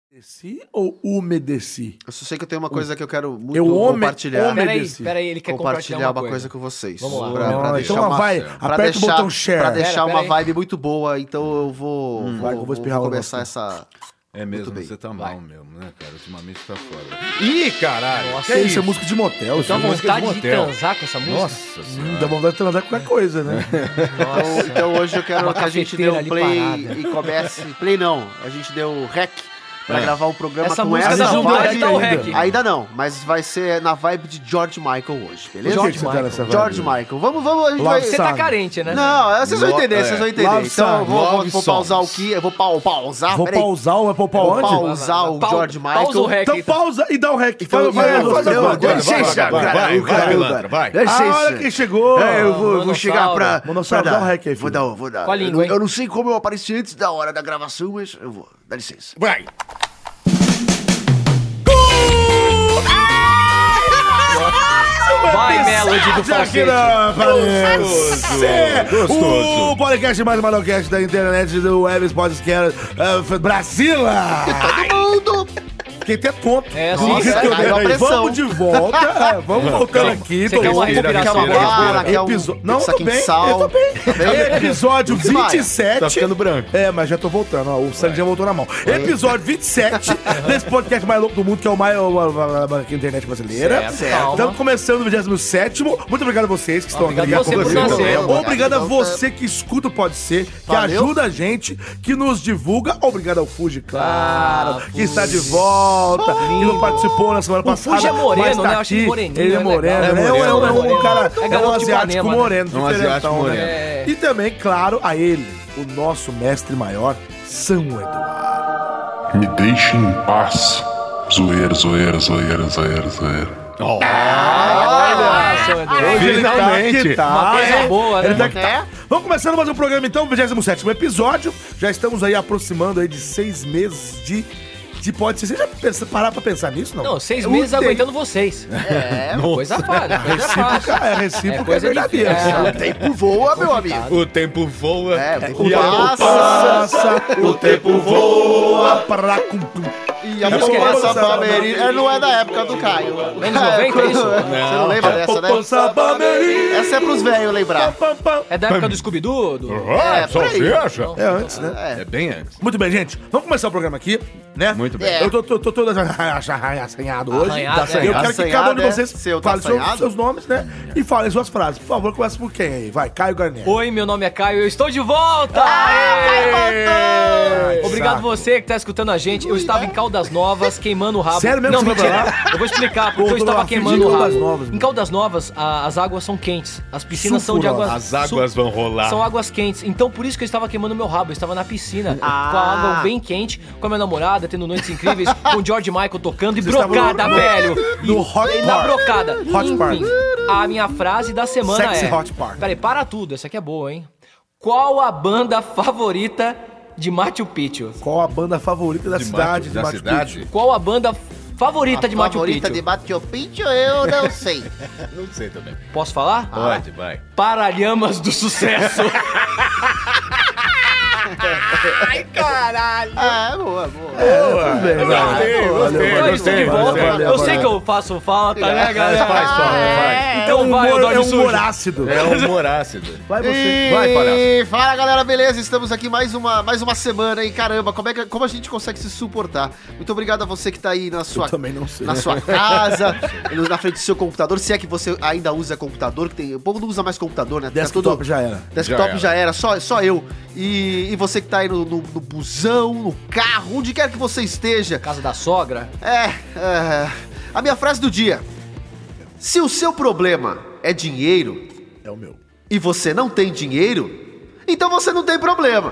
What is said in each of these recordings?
Desci ou umedeci? Eu só sei que eu tenho uma coisa que eu quero muito compartilhar. Peraí, ele quer compartilhar uma coisa com vocês. Vamos lá. Pra deixar então aperta o botão share. Pra deixar uma vibe muito boa, então eu vou começar essa... É mesmo, você tá mal mesmo, né, cara? Ultimamente tá fora. Ih, caralho! Nossa, que isso? É música de motel. Dá vontade de transar com essa música? Nossa senhora. Dá vontade de transar com qualquer coisa, né? Então hoje eu quero que a gente dê um play parada. e comece... Play não, a gente deu rec pra gravar um programa essa com música essa da vibe. tá o rec. Ainda não, mas vai ser na vibe de George Michael hoje, beleza? George Michael. George Michael. Vamos, a gente vai... Você tá carente, né? Não, vocês vão entender, vocês vão entender. Love Então eu songs. vou pausar o que? Eu vou pausar, Vou peraí. pausar ou é pausar Vou onde? pausar o George Michael. Pausa o rec. Então pausa e dá o rec. Então, Dá licença. Vai. A hora que chegou. Eu vou chegar pra... Monossauro, dá o rec aí, filho. Vou dar. Com a língua, hein? Eu não sei como eu apareci antes da hora da gravação, mas eu vou. Dá licença. Vai. Vai, Melody do Falsete. O podcast mais malocast da internet do Webs Podcast Brasila. Todo mundo... Fiquei até tonto. É, assim, Nossa, caiu a pressão. vamos de volta. Vamos voltando aqui. Você quer uma respiração? Não, tô bem. Sal. Eu tô bem. Episódio Você vai. 27. Tá ficando branco. É, mas já tô voltando, ó. O sangue já voltou na mão. Episódio 27 desse podcast mais louco do mundo, que é o mais aqui na internet brasileira. Certo. Estamos começando o 27º. Muito obrigado a vocês que estão Obrigado aqui. a você por nascer. Obrigado a você que escuta o Pode Ser, que Valeu. ajuda a gente, que nos divulga. Obrigado ao Fuji, claro, que está de volta, que não participou na semana passada. Fuji é moreno, mas tá né? Eu acho ele aqui. moreninho, Ele é é moreno, legal. né? É moreno. É um cara, É é um garoto de asiático Ipanema, né? moreno, Um asiático diferentão, né? moreno. É. E também, claro, a ele, o nosso mestre maior, São Eduardo. Me deixe em paz. Zoeira. Olha, seu Eduardo. Hoje ele Finalmente. tá. Uma coisa boa, né? Ele tá que tá. Vamos começando mais um programa então, 27º episódio. Já estamos aí aproximando aí de 6 meses de Pode Ser. Você já parar pra pensar nisso, não? Não, 6 meses aguentando vocês. É, Coisa fácil. Recíproca é coisa verdadeira. difícil. o tempo voa, meu amigo. O tempo voa. É, o tempo E a passa. o tempo voa para E a Isso que é poupança essa? Palmeirinha. Não é da época do Caio. Anos 90, é isso? Você não lembra dessa, né? Essa é pros velhos lembrar. É da época do Scooby-Doo? Ah, só por aí. você acha? É antes, né? É bem antes. Muito bem, gente. Vamos começar o programa aqui, né? Muito bem. É. Eu tô todo assanhado hoje. Arranhado, Eu quero que cada um de Assanhado, vocês Seu tá fale assanhado? seus nomes, né? E fale suas frases. Por favor, começa por quem aí? Vai, Caio Garnett. Oi, meu nome é Caio, eu estou de volta! Ai, Obrigado saco. você que tá escutando a gente. Eu estava em Caldas Novas queimando o rabo. Sério mesmo Não, que você foi mentira. pra Eu vou explicar porque eu Pô, estava Dona queimando Fiji, o Caldas rabo. Novas, Em mano. Caldas Novas, as águas são quentes. As piscinas são de água... As águas vão rolar. São águas quentes. Então, por isso que eu estava queimando meu rabo. Eu estava na piscina, Ah. com a água bem quente, com a minha namorada, tendo noites incríveis, com o George Michael tocando e Vocês estavam brocada, no- velho. no Hot e na Park. brocada. Hot Enfim, Park. a minha frase da semana Sexy é... Hot Park. Peraí, para tudo. Essa aqui é boa, hein? Qual a banda favorita de Machu Picchu? Qual a banda favorita da cidade de Machu Picchu? Qual a banda favorita de Machu Favorita Picchu? de Machu Picchu, eu não sei. Não sei também. Posso falar? Pode, vai. Paralhamas do Sucesso. Ah, boa. Tudo bem, Eu estou de volta. Eu sei que eu faço falta, né, galera? Faz falta, vai. Então vai, eu é dou um de humor sujo. ácido. É um humor ácido. Vai você. E... Vai, palhaço. Fala, galera, beleza? Estamos aqui mais uma semana e caramba, como a gente consegue se suportar? Muito obrigado a você que tá aí na sua, também não sei. na sua casa, na frente do seu computador, se é que você ainda usa computador, que o povo não usa mais computador, né? Tá Desktop já era. Desktop já era, só eu. E você que tá aí no busão, no carro, onde quer que você esteja. Casa da sogra. A minha frase do dia. Se o seu problema é dinheiro É o meu. e você não tem dinheiro, então você não tem problema.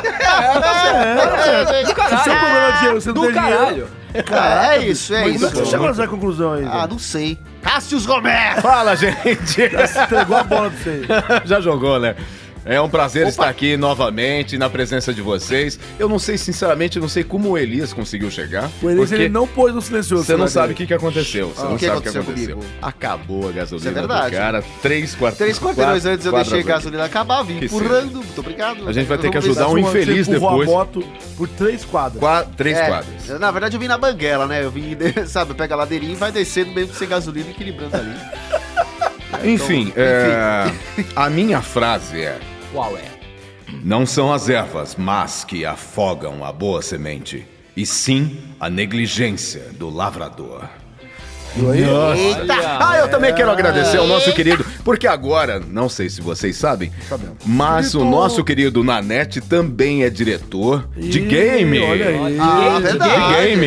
Se o seu problema é dinheiro, você não Do tem dinheiro. caralho. É isso, é Mas como é isso. que você chegou nessa conclusão aí? Ah, não sei. Cássius Romero! Fala, gente. Entregou a bola pra você. Já jogou, né? É um prazer estar aqui novamente, na presença de vocês. Eu não sei, sinceramente, eu não sei como o Elias conseguiu chegar. O Elias, ele não pôs no silencioso. Você não sabe o que aconteceu. Você não O que sabe o que aconteceu aconteceu. comigo? Acabou a gasolina Isso é verdade. do cara. 3 quarteirões antes eu deixei a gasolina acabar, vim Que empurrando. Muito obrigado. A gente vai ter que Vamos ver ajudar se- um infeliz Você empurrou depois. a moto por 3 quadras. 3 quadras. Na verdade, eu vim na banguela, né? Eu vim, sabe, pega a ladeirinha e vai descendo mesmo sem gasolina, equilibrando ali. Enfim, a minha frase é: Qual é? não são as ervas, mas que afogam a boa semente, e sim a negligência do lavrador. Eita! Ah, eu também quero agradecer ao nosso querido, porque agora, não sei se vocês sabem, mas o nosso querido Nanete também é diretor de game. Olha aí. Ah, De verdade. game.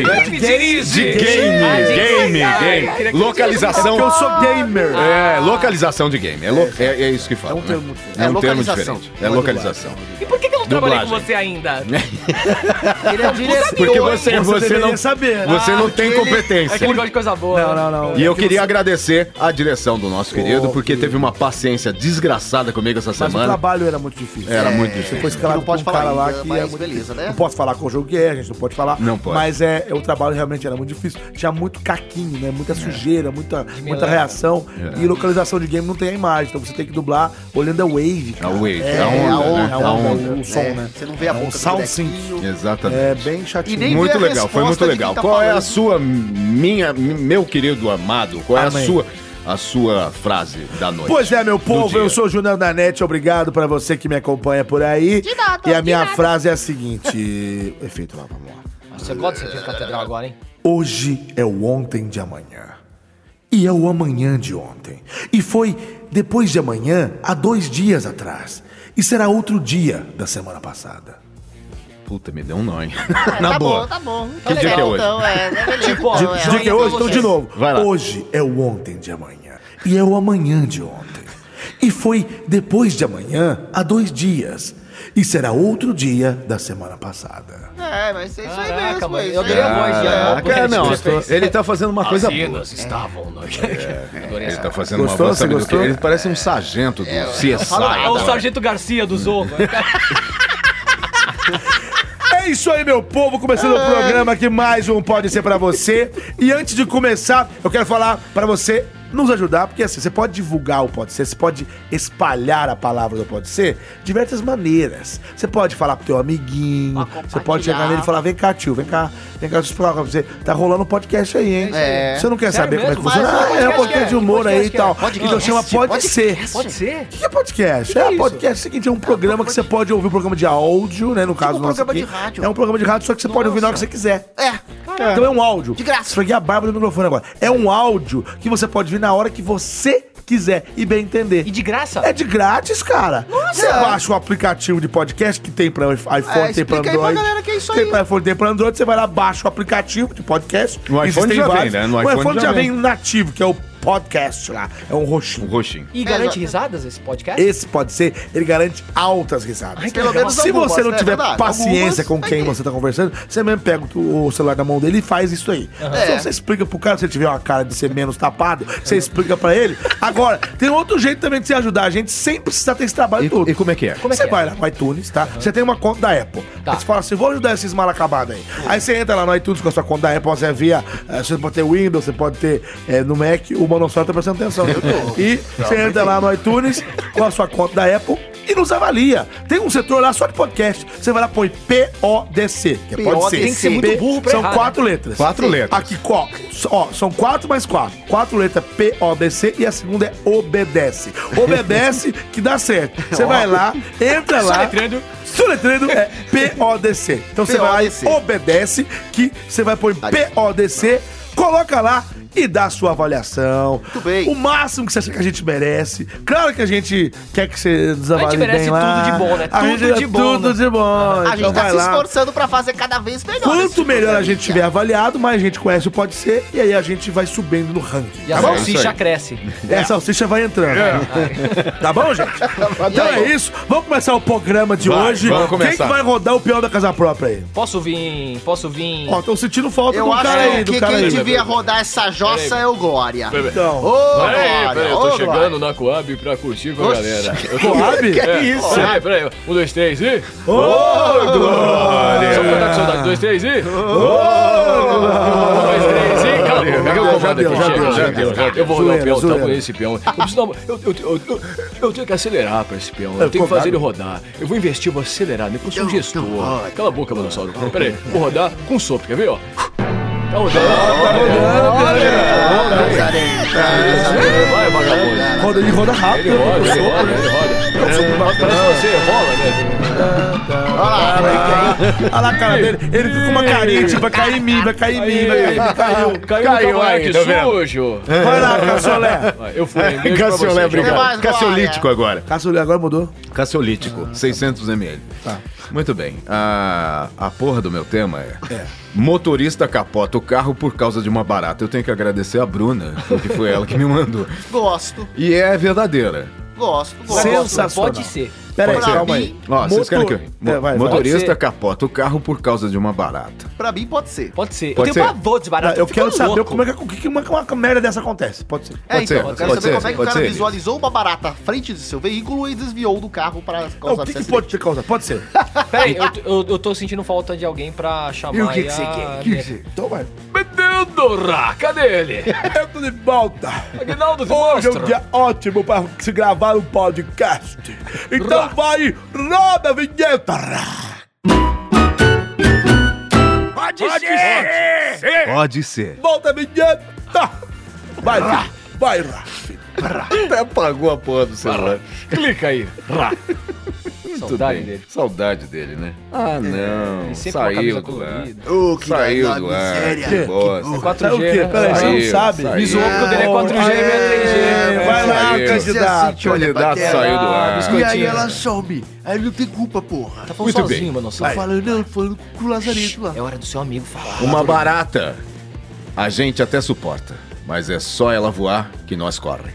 Game. Localização. Porque eu sou gamer. Localização de game. É isso que fala. É um termo diferente. É um termo localização. diferente. É localização. E por que eu não trabalhei com Dublagem. você ainda? Ele é diretor. Porque você deveria não saber. Você não tem aquele- competência. É que ele gosta de coisa boa. Não. E eu queria agradecer a direção do nosso querido, porque teve uma paciência desgraçada comigo essa Mas o semana. trabalho era muito difícil. Era muito difícil. Você foi escalado Não pode por um falar cara lá ainda, que mas é muito beleza, difícil. né? Não posso falar qual jogo que é, a gente não pode falar. Não pode. Mas o trabalho realmente era muito difícil. Tinha muito caquinho, né? Muita sujeira, muita reação. E localização de game não tem a imagem. Então você tem que dublar olhando a wave. A cara. wave, É, a onda, né? a onda, o som, É, né? você não vê a boca um do sound bonequinho. sync. Exatamente. É bem chatinho. E nem Muito vê a legal, foi muito resposta de legal. quem tá Qual é a falando. sua, meu querido amado, qual é Amém. a sua frase da noite? Pois é, meu povo, dia. eu sou o Júnior da NET, obrigado pra você que me acompanha por aí. E a minha frase é a seguinte... Efeito lá, vamos lá. Você gosta desse efeito catedral agora, hein? Hoje é o ontem de amanhã. E é o amanhã de ontem. E foi depois de amanhã, há 2 dias atrás. E será outro dia da semana passada. Puta, me deu um nó, hein? Na boa. Tá bom. Que dia que é hoje? Então, beleza. Tipo, ó, Então, Dia que é pra hoje? Então você. de novo. Vai lá. Hoje é o ontem de amanhã. E é o amanhã de ontem. E foi depois de amanhã, há 2 dias. E será outro dia da semana passada. Mas é isso aí Caraca, mesmo. mano, é isso eu aí. dei a voz de amor. Cara, não, ele tá fazendo uma coisa boa. Cenas estavam no... Adorei Ele essa tá fazendo Gostou? uma voz, Você sabe do gostou? quê? Ele parece um sargento do CSI. É o Sargento Garcia do Zorro. É isso aí, meu povo, começando o programa que mais um Pode Ser pra você. E antes de começar, eu quero falar pra você nos ajudar, porque assim, você pode divulgar o Pode Ser, você pode espalhar a palavra do Pode Ser de diversas maneiras. Você pode falar pro teu amiguinho, você pode chegar nele e falar, vem cá, tio, vem cá, deixa eu explicar pra você. Tá rolando um podcast aí, hein? É. Você não quer Sério saber como é que mesmo? funciona? Mas É um podcast de humor aí e tal. Então chama Pode Ser. Pode ser? O que é podcast? Podcast é o seguinte, é um programa que você pode ouvir, um programa de áudio, né? No caso um nosso programa aqui. de rádio. É um programa de rádio, só que você pode ouvir na hora que você quiser. É. Então é um áudio. De graça. Esfreguei a barba do microfone agora. É um áudio que você pode ouvir na hora que você quiser e bem entender. E de graça? É de grátis, cara. Você baixa o aplicativo de podcast que tem pra iPhone, tem pra explica aí pra Android. galera que é isso tem aí. pra iPhone, tem pra Android. Você vai lá, baixa o aplicativo de podcast. No iPhone Existem já vem, vários. né? No O iPhone iPhone já já vem. vem nativo, que é o podcast lá. É um roxinho. Um roxinho. E garante risadas esse podcast? Esse Pode Ser, ele garante altas risadas. Ai, que Pelo legal. menos Se algumas, você não né? tiver Verdade, paciência algumas com vai quem ter. você tá conversando, você mesmo pega o celular da mão dele e faz isso aí. Então você explica pro cara, se ele tiver uma cara de ser menos tapado, você explica pra ele. Agora, tem outro jeito também de você ajudar a gente sem precisar ter esse trabalho todo. E como é que é? Como é Você que é? vai lá no iTunes, tá? Você tem uma conta da Apple. Tá. Aí você fala assim, vou ajudar esses mal acabados aí. Aí você entra lá no iTunes com a sua conta da Apple, você via, você pode ter Windows, você pode ter no Mac, o Monossauro tá prestando atenção. E você entra lá no iTunes com a sua conta da Apple e nos avalia. Tem um setor lá só de podcast. Você vai lá, põe PODC, que é pode ser. Tem que ser muito burro pra São errar, 4 letras. 4 letras. Aqui, ó, são 4 mais 4. 4 letras PODC e a segunda é obedece. Obedece que dá certo. Você vai lá, entra lá. Soletrando. Soletrando é PODC. Então você vai lá e PODC. obedece, que você vai pôr PODC, coloca lá e dá a sua avaliação. Muito bem. O máximo que você acha que a gente merece. Claro que a gente quer que você desavalie bem merece lá. tudo de bom, né? A Tudo gente é de bom, Tudo né? de bom. A gente Então tá vai se lá. esforçando pra fazer cada vez melhor. esse Quanto tipo melhor a de gente tiver avaliado, mais gente conhece o Pode Ser, e aí a gente vai subindo no ranking. E a Tá bom? isso salsicha aí. cresce. E a salsicha vai entrando. Tá bom, gente? Então é isso. Vamos começar o programa de Vai, hoje. vamos Quem começar. que vai rodar o peão da casa própria aí? Posso vir... Ó, tô sentindo falta Eu do acho cara aí, do que cara quem aí. devia rodar essa Jossa é o Glória. Então. Ô, Glória, Peraí, eu ô, tô Glória. chegando na Coab pra curtir com a galera. Coab? Que é isso? Peraí, 1, 2, 3 e... Ô, Glória! Só pra dar com saudade, 2, 3 e... 1, 2, 3 e... Cala a boca, que eu comando aqui, chega. Eu vou rodar o peão, tá com esse peão. Eu tenho que acelerar pra esse peão, eu tenho que fazer ele rodar. Eu vou investir, vou acelerar, depois eu sou um gestor. Cala a boca, Manossauro. Peraí, vou rodar com sopro, quer ver, ó? Tá rodando. Vai, vagabundo. Ele roda rápido. Ele roda. Parece que você rola, né? Olha lá a cara dele. Ele fica com uma carinha, tipo, vai cair em mim, Caiu aí, aqui tá vendo? sujo. Vai lá, Cassiolé. Eu fui. Beijo pra Cassiolé, você. obrigado. mais, Cassiolítico agora. Cassiolé agora mudou. Cassiolítico, 600 ml. Tá. Muito bem. A porra do meu tema é... Motorista capota o carro por causa de uma barata. Eu tenho que agradecer a Bruna, porque foi ela que me mandou. Gosto, E é verdadeira. gosto. Sensacional. Pode ser. Pera aí, Pra calma mim, aí. Ó, vocês querem que eu... Vai. Motorista Pode ser. capota o carro por causa de uma barata. Pra mim pode ser. Pode ser. Pode eu tenho ser. pavor de barata. Eu quero fico saber louco. como é que uma merda dessa acontece. Pode ser. É, Pode ser, então, eu quero pode saber ser, como é que o pode cara ser. visualizou uma barata à frente do seu veículo e desviou do carro para Não, causar o que acidente. pode te causar? Pode ser. Peraí, eu tô sentindo falta de alguém pra chamar. E o que que você quer? Então vai. Menino Rá, cadê ele? Eu tô de volta. Aguinaldo, te Hoje é um mostra. dia ótimo pra se gravar um podcast. Então vai, roda a vinheta. Pode ser. Volta a vinheta. Vai, Rá. Até apagou a porra do celular. Clica aí. Rá. Muito Saudade bem. dele. Saudade dele, né? Ah, não. Ele sempre com a Saiu camisa do ar. colorida. Saiu do ar. Que bosta. 4G, Sabe o quê? né? Peraí, você não Saiu, sabe? saiu. Me zoou porque o dele é 4G e meu é 3G. Vai lá, Saiu. candidato. Candidato saiu do ar. E aí ela some. Aí não tem culpa, porra. Tá falando Muito sozinho, bem. mano. Tô falando com o Lazarento lá. É hora do seu amigo falar. Uma barata. A gente até suporta, mas é só ela voar que nós corre.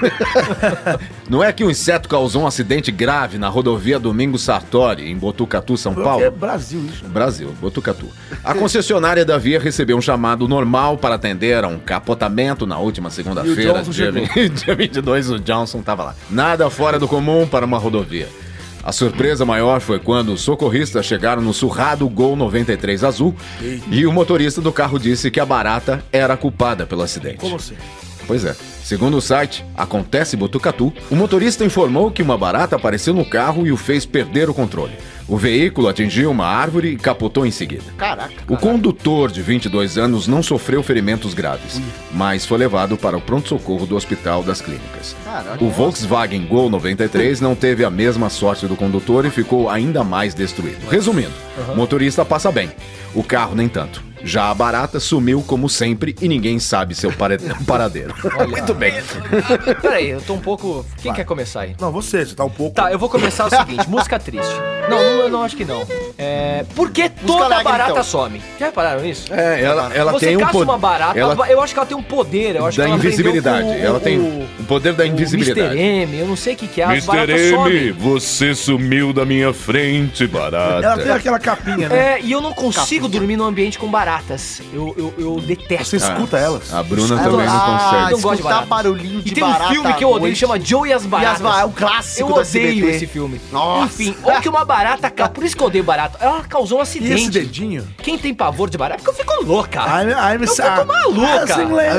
Não é que o inseto causou um acidente grave na rodovia Domingos Sartori, em Botucatu, São É Paulo? Brasil isso. Brasil, Botucatu. A concessionária da via recebeu um chamado normal para atender a um capotamento na última segunda-feira, Johnson dia chegou. 22, o Johnson estava lá. Nada fora do comum para uma rodovia. A surpresa maior foi quando os socorristas chegaram no surrado Gol 93 azul e o motorista do carro disse que a barata era a culpada pelo acidente. Como assim? Pois é. Segundo o site Acontece Botucatu, o motorista informou que uma barata apareceu no carro e o fez perder o controle. O veículo atingiu uma árvore e capotou em seguida. Caraca. O condutor, de 22 anos, não sofreu ferimentos graves, mas foi levado para o pronto-socorro do Hospital das Clínicas. Caraca. O Volkswagen Gol 93 não teve a mesma sorte do condutor e ficou ainda mais destruído. Resumindo, o motorista passa bem, o carro nem tanto. Já a barata sumiu como sempre e ninguém sabe seu paradeiro. Muito bem. Peraí, eu tô um pouco... Quem quer começar aí? Não, você tá um pouco... Tá, eu vou começar o seguinte, música triste. Não, eu não acho que não. Por que toda alegre, barata então. some? Já repararam nisso? É, ela Você tem um caça poder. uma barata, eu acho que ela tem um poder. Eu acho Da que ela aprendeu invisibilidade. com Ela tem o poder da invisibilidade. Mr. M, eu não sei o que é. As Mr. baratas M, somem. você sumiu da minha frente, barata. Ela tem aquela capinha, né? E eu não consigo dormir num ambiente com baratas. Eu detesto. Você escuta elas. A Bruna Ah, também não consegue. não gosto de escutar barata. barulhinho de E tem um barata filme que eu à odeio, noite. chama Joe e as Baratas. É um clássico Eu do odeio SBT. esse filme. Nossa. Enfim, ou que uma barata... Por isso que eu odeio barata. Ela causou um E acidente. esse dedinho? Quem tem pavor de barata? Porque eu fico louca. I'm eu fico maluca.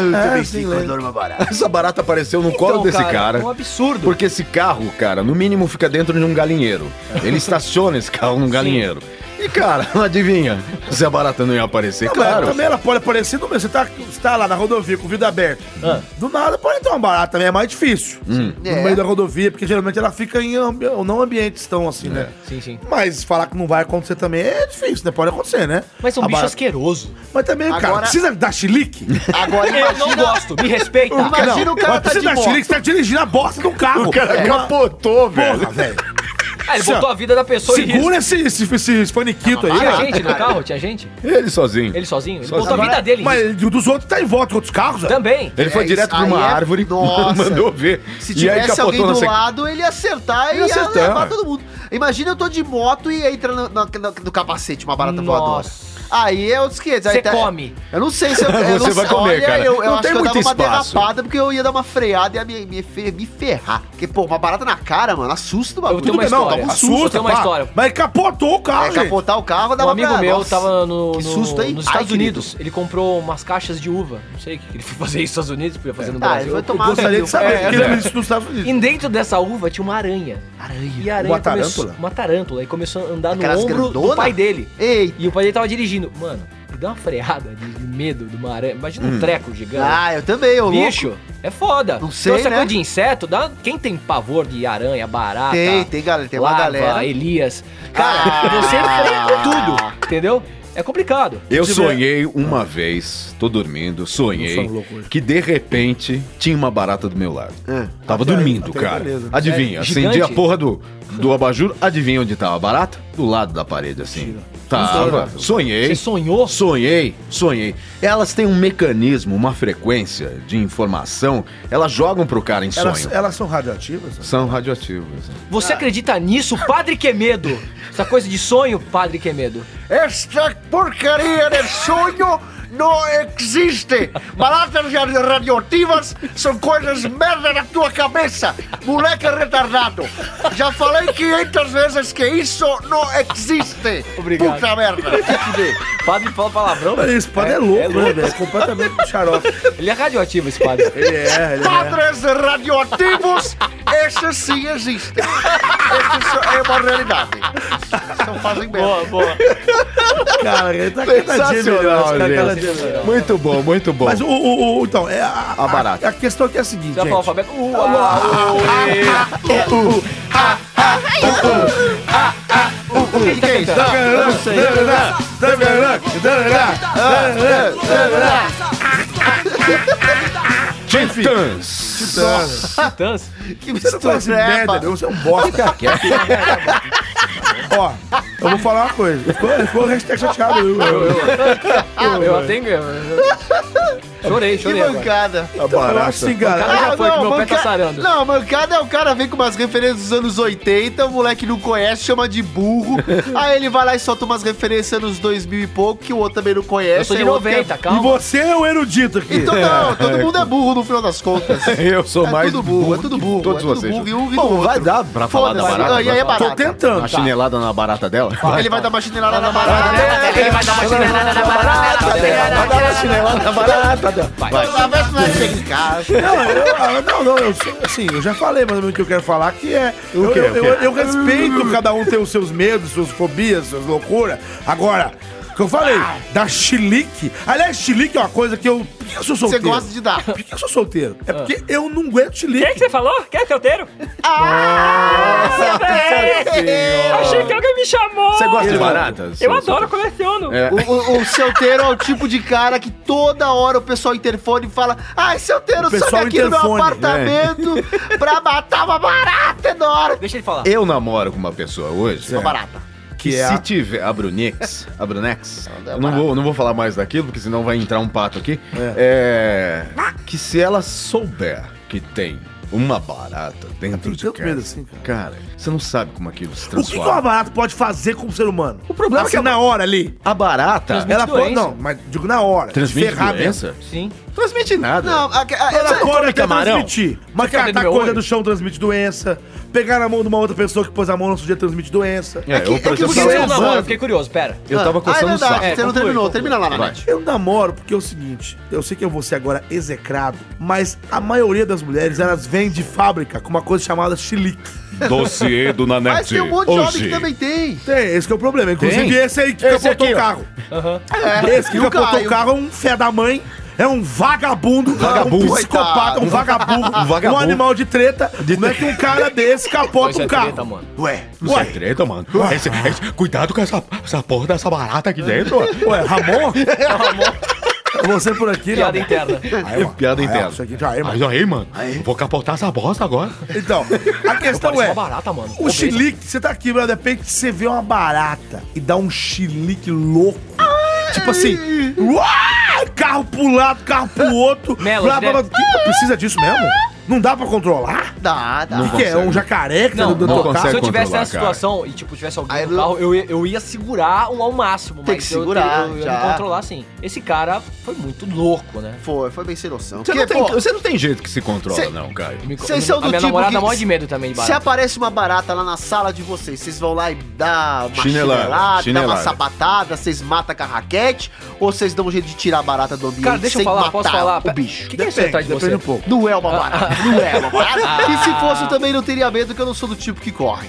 uma barata. Essa barata apareceu no colo desse cara. É um absurdo. Porque esse carro, cara, no mínimo fica dentro de um galinheiro. Ele estaciona esse carro num galinheiro. E, cara, adivinha se a barata não ia aparecer? Claro. Também ela pode aparecer no meio. Você tá lá na rodovia com o vidro aberto. Do nada pode ter uma barata também, é mais difícil. No É. meio da rodovia, porque geralmente ela fica em não ambientes tão assim, né? Sim, sim. Mas falar que não vai acontecer também é difícil, né? Pode acontecer, né? Mas é um A bicho barata- asqueroso. Mas também, cara, Agora- precisa dar chilique? Agora Eu não imagina... gosto, me respeita. Imagina o cara mas tá precisa de dar moto. chilique, você tá dirigindo a bosta do carro. O cara capotou, velho. Porra, velho. Ele botou a vida da pessoa em risco. Segura esse faniquito aí. Tinha ó. gente no carro? Tinha gente? Ele sozinho. Ele sozinho? Ele Sozinho. botou a vida dele em risco. Mas o dos outros tá em volta com outros carros, ó. Também. Ele foi É, direto isso pra uma aí é- árvore, Nossa. mandou ver. Se E aí tivesse alguém capotou do na lado, ele ia acertar e Ia ia acertar. levar todo mundo. Imagina eu tô de moto e entra no capacete uma barata voadora. Nossa. Aí é outros 500. Você come. Eu não sei se eu... Você vai comer, cara. Eu Não acho tem que eu muito dava uma espaço. derrapada, porque eu ia dar uma freada e ia me ferrar. Porque, pô, uma barata na cara, mano, assusta o bagulho. Eu tenho uma Tudo bem, história. toma um Assusta, susto, eu tenho uma pá. história. Mas capotou o carro, gente. Capotar o carro, Um dava amigo meu nossa, tava que susto, hein? nos Ai, Estados querido. Unidos. Ele comprou umas caixas de uva. Não sei o que ele foi fazer nos Estados Unidos, podia fazer no Tá, ele Brasil. foi tomar... Gostaria de saber, porque ele é. fez isso nos Estados Unidos. E dentro dessa uva tinha uma aranha. E a aranha Uma tarântula? Uma tarântula. E começou a andar no Aquelas ombro grandona? do pai dele. Eita. E o pai dele tava dirigindo. Mano, me deu uma freada de medo de uma aranha. Imagina um treco gigante. Ah, eu também, ô louco. Bicho, é foda. Não sei, então, essa né? coisa de inseto, quem tem pavor de aranha, barata... Tem, galera, tem uma larva, galera. Elias... Cara, você freia tudo, entendeu? É complicado. Eu sonhei uma vez, tô dormindo, sonhei que de repente tinha uma barata do meu lado. Tava Até aí, dormindo, até aí, cara. beleza. Adivinha, Gigante? acendi a porra do abajur, adivinha onde tava a barata? Do lado da parede, assim. Tava. Sonhei. Você sonhou? Sonhei. Elas têm um mecanismo, uma frequência de informação, elas jogam pro cara em sonho. Elas são radioativas? São radioativas. Você acredita nisso, Padre Quemedo? Essa coisa de sonho, Padre Quemedo. Esta porcaria de sonho não existe. Baratas radioativas são coisas merda na tua cabeça, moleque retardado. Já falei 500 vezes que isso não existe. Obrigado. Puta merda. Padre fala palavrão? Mas esse padre é louco, né, velho? É completamente xarope. Ele é radioativo, esse padre. Ele é. Padres radioativos, esses sim existem. Esses é uma realidade. Não fazem merda. Boa. Cara, ele tá cada dia melhor. Tá cada dia melhor. Muito bom, muito bom. Mas então, A barata. A questão aqui é a seguinte, Você vai falar o gente. alfabeto? O que é isso? Não sei. Titãs. Titãs. Que Você não faz mistura é, merda, você é um bosta. Ó, eu vou falar uma coisa. Ficou o hashtag chateado. Eu até chorei Que agora. mancada. Eu acho assim, cara. Mancada já foi, que meu pé tá sarando. Não, mancada é o cara vem com umas referências dos anos 80, o moleque não conhece, chama de burro. Aí ele vai lá e solta umas referências nos 2000 e pouco, que o outro também não conhece. Eu sou de aí o outro 90, E calma. você é o erudito aqui. Então não, todo mundo é burro no final das contas. Eu sou mais tudo burro, é tudo burro. Todos é tudo vocês. burro, e um e Bom, do vai outro. dar pra falar da Foda-se. barata? E aí é Tô barata. tentando. Uma chinelada na barata dela? Ele vai dar uma chinelada na barata. Ele vai dar uma chinelada na barata. Vai dar uma chinelada na barata. Vai ver se não chega em casa. Não, eu já falei mais ou menos o que eu quero falar, que é... Eu respeito cada um ter os seus medos, suas fobias, suas loucuras. Agora, o que eu falei, da chilique... Aliás, chilique é uma coisa que eu... Por que eu sou Você solteiro? gosta de dar. Por que eu sou solteiro? É porque eu não aguento chilique. Quem é que você falou? Quem é solteiro? Achei que alguém me chamou. Você gosta de baratas? Eu adoro, coleciono. O solteiro é o tipo de cara que toda hora o pessoal interfone e fala: ai, solteiro, O pessoal sobe aqui no meu interfone, apartamento pra matar uma barata enorme. Deixa ele falar. Eu namoro com uma pessoa hoje Uma barata. que é se a- tiver... A Brunex. Eu não vou falar mais daquilo, porque senão vai entrar um pato aqui. Que se ela souber que tem uma barata dentro de tanto casa... medo assim, cara. Você não sabe como aquilo se O que uma transforma. barata pode fazer com o ser humano? O problema é Assim, que na hora ali. a barata Transmite Ela pode... doença. Não, mas digo na hora. transmite ferrar mesmo. doença? Sim. Transmite nada. Não, Ela não pode come até camarão? transmitir. Mas Você quer ver catar no meu coisa olho? do chão transmite doença. Pegar na mão de uma outra pessoa que pôs a mão no sujeito transmite doença. Eu, por que exemplo, você Você é não namora, humano. eu fiquei curioso, pera. eu tava é coçando o verdade, saco. você não conclui, terminou. conclui. Termina lá, Vai. Nanete. Eu namoro porque é o seguinte, eu sei que eu vou ser agora execrado, mas a maioria das mulheres, elas vêm de fábrica com uma coisa chamada chilique. Dossiê do Nanete. Mas tem um monte de homem Hoje. que também tem. Tem, esse que é o problema. Inclusive Tem? esse aí que Esse capotou aqui, o ó. carro. É, Esse que e o capotou Caio. o carro é um fé da mãe. É um vagabundo, um psicopata, um vagabundo, um animal de treta. Como é que um cara desse capota Isso é um carro? treta, mano. Ué, Isso é treta, mano. Cuidado com essa porra dessa barata aqui dentro. ué, Ramon? Você por aqui, Piada não? interna. Aí, mano. Piada Aí, ó, interna. Isso aqui já é, mano. Mas aí, mano, vou capotar essa bosta agora. Então, a questão Parece é... uma barata, mano. O chilique, você tá aqui, brother, de repente você vê uma barata e dá um chilique louco. Tipo assim, uá, carro pro lado, carro pro outro. Melo, blá, blá, blá. Precisa disso mesmo? Não dá pra controlar? Dá. O que é? Um jacaré que tá dando não, tocar? se eu tivesse controlar, nessa situação e, tipo, tivesse alguém Aí no carro, eu ia segurar ao máximo. Tem mas que segurar, eu já. ia me controlar, sim. Esse cara foi muito louco, né? Foi bem sem noção. Você não tem jeito que se controla, Cê- não, Caio. Vocês são do A minha tipo namorada que morre de medo também de Se barata. aparece uma barata lá na sala de vocês vão lá e dar uma Chinelada, chinelada, dar uma chinelada. sapatada, vocês matam com a raquete, ou vocês dão um jeito de tirar a barata do ambiente Cara, deixa eu sem falar, matar posso falar? o bicho? O que é isso atrás de você? Depende um pouco. Não é uma barata, não é uma barata. E se fosse, eu também não teria medo, porque eu não sou do tipo que corre.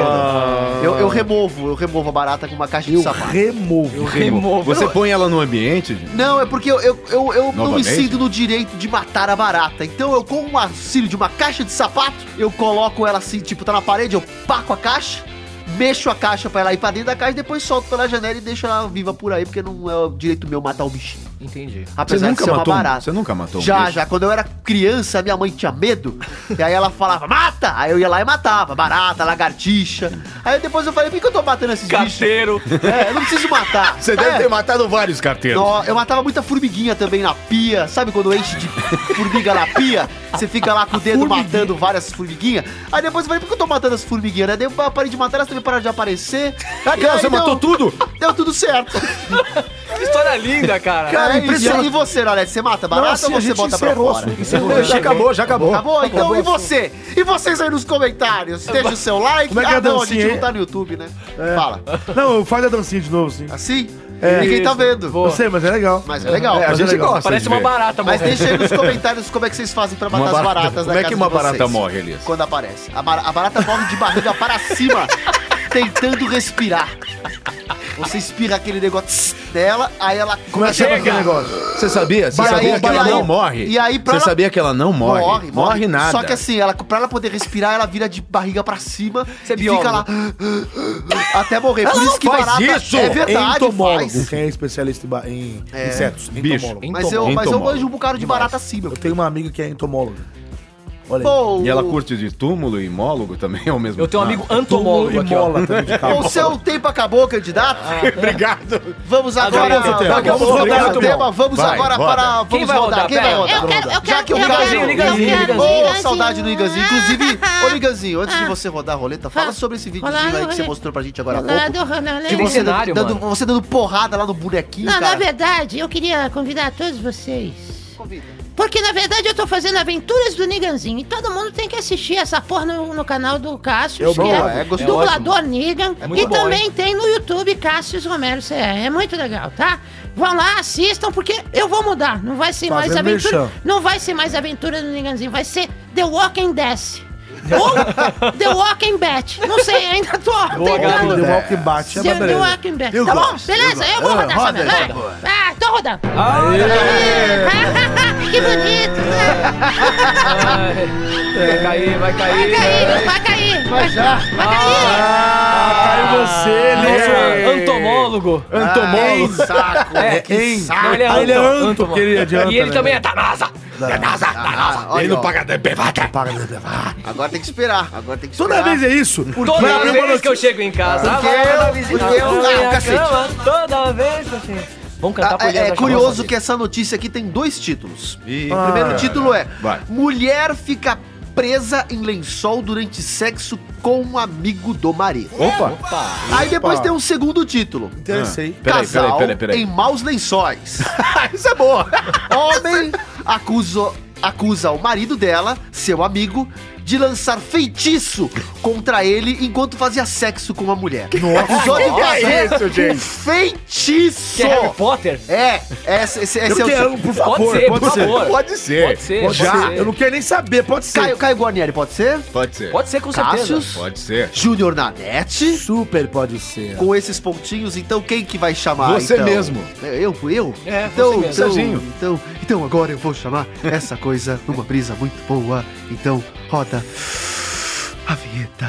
Eu removo a barata com uma caixa de Eu sapato. removo. Você põe ela no ambiente? Não, é porque eu não me Novamente? sinto no direito de matar a barata. Então eu, com o auxílio de uma caixa de sapato, eu coloco ela assim, tipo, tá na parede, eu paco a caixa, mexo a caixa pra ela ir pra dentro da caixa e depois solto pela janela e deixo ela viva por aí, porque não é o direito meu matar o bichinho. Entendi. Apesar de ser uma barata. Você nunca matou um Já, bicho? já. Quando eu era criança, minha mãe tinha medo. E aí ela falava, mata! Aí eu ia lá e matava. Barata, lagartixa. Aí depois eu falei, por que eu tô matando esses Carteiro. bichos? Eu não preciso matar. Você deve ter matado vários carteiros. Não, eu matava muita formiguinha também na pia. Sabe quando enche de formiga na pia? Você fica lá com o dedo matando várias formiguinhas. Aí depois eu falei, por que eu tô matando as formiguinhas, né? Daí eu parei de matar, elas também pararam de aparecer. E aí Você matou tudo? Deu tudo certo. Que história linda, cara. Cara, impressionante. e você, Nalete? Você mata barata Nossa, ou a você gente bota pra encerrou fora? Já acabou, já acabou. Acabou? Então, e você? E vocês aí nos comentários? Deixa o seu like. Como é que é a não, a dancinha gente aí? não tá no YouTube, né? Fala. Não, faz a dancinha de novo, sim. Assim? É. Ninguém tá vendo. Eu sei, mas é legal. Mas é legal. É, a Mas gente legal. gosta Parece de uma ver. barata, Mas morrendo. deixa aí nos comentários como é que vocês fazem pra matar as baratas Como da é casa que uma de vocês. barata morre, Elias? Quando aparece. A barata morre de barriga para cima, tentando respirar. Você espirra aquele negócio dela, aí ela Começa aquele negócio. Você sabia? Você E sabia aí- que ela e aí- não morre? e aí, pra Você ela- sabia que ela não morre? Morre nada. Só que assim, pra ela poder respirar, ela vira de barriga pra cima Você é e fica lá até morrer. Por Ela isso não que faz barata isso! é verdade, Entomólogo, faz. quem é especialista em É. insetos. Bicho. Entomólogo. Mas eu Entomólogo. manjo um bocado de barata assim, meu. Eu tenho uma amiga que é entomóloga. Olha aí. Pô, E ela curte de túmulo e imólogo também ao mesmo Eu tenho um tempo? amigo entomólogo aqui, ó. mola também de cabo. o seu tempo acabou, candidato. Obrigado. Vamos agora. Acabou seu tempo. Vamos Acabou, rodar obrigado, o tema. Vamos Vai, agora roda. para. Vamos Quem vai rodar? Quem vai Pera aí. rodar? Eu quero, Já que o Liganzinho, Liganzinho. Ô, saudade do Liganzinho. Inclusive, ô Liganzinho, antes de você rodar a roleta, fala sobre esse videozinho aí que você mostrou pra gente agora há pouco. De Tem você cenário, dando, mano. você dando porrada lá no bonequinho, Não, na cara. verdade, eu queria convidar todos vocês. Convida. Porque, na verdade, eu tô fazendo Aventuras do Niganzinho. E todo mundo tem que assistir essa porra no canal do Cassius, que é gostoso. dublador Nigan. muito E bom, também tem no YouTube Cassius Romero CE. É muito legal, tá? Vão lá, assistam, porque eu vou mudar. Não vai ser mais Fazendo aventura. merchan. Não vai ser mais Aventura do Niganzinho. Vai ser The Walking Death. Ou The Walking Bat. Não sei, ainda tô tentando. The Walking bate, é The beleza. Walking Bat. Eu Tá bom? gosto, Beleza, eu vou rodar roda, essa roda, merda. Ah, tô rodando. Aê! Que bonito. Vai cair, vai cair. Vai cair. Vai já. Vai cair. Caiu você, Nosso né? entomólogo. Entomólogo. Que saco. Hein? Não, ele é Ah, ele é Anto, Anto, que ele adianta, E ele né? também é da NASA. Olha, ó. paga Agora tem que esperar. Agora tem que esperar. Toda vez é isso. Toda Vai abrir uma vez que eu notícia. chego em casa, Porque vai lá eu- visitar porque eu- a minha cacete. cama, toda vez que eu chego. Vamos cantar por É curioso que essa notícia aqui tem 2 títulos. O primeiro título é Vai. Mulher fica presa em lençol durante sexo com um amigo do marido. Opa. Aí depois tem um segundo título. Interessei. Casal Peraí. em maus lençóis. Isso é boa. Homem acusa o marido dela, seu amigo, de lançar feitiço contra ele enquanto fazia sexo com uma mulher. Acusou de fazer isso, gente? um feitiço. Que é Harry Potter? Esse é Eu o quero, por favor, Pode ser, pode por ser. favor. Pode ser. Pode ser, pode Já, ser. eu não quero nem saber, pode ser. Caio Guarnieri, pode ser? Pode ser. Pode ser, com certeza. Cássius, Pode ser. Júnior Nanete, Super pode ser. com esses pontinhos, então quem que vai chamar? Você então? mesmo. Eu? É, Então, você mesmo. Sozinho. então agora eu vou chamar essa coisa numa brisa muito boa. Então, roda a vinheta.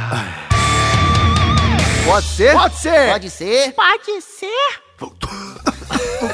Pode ser? Pode ser! Pode ser? Pode ser.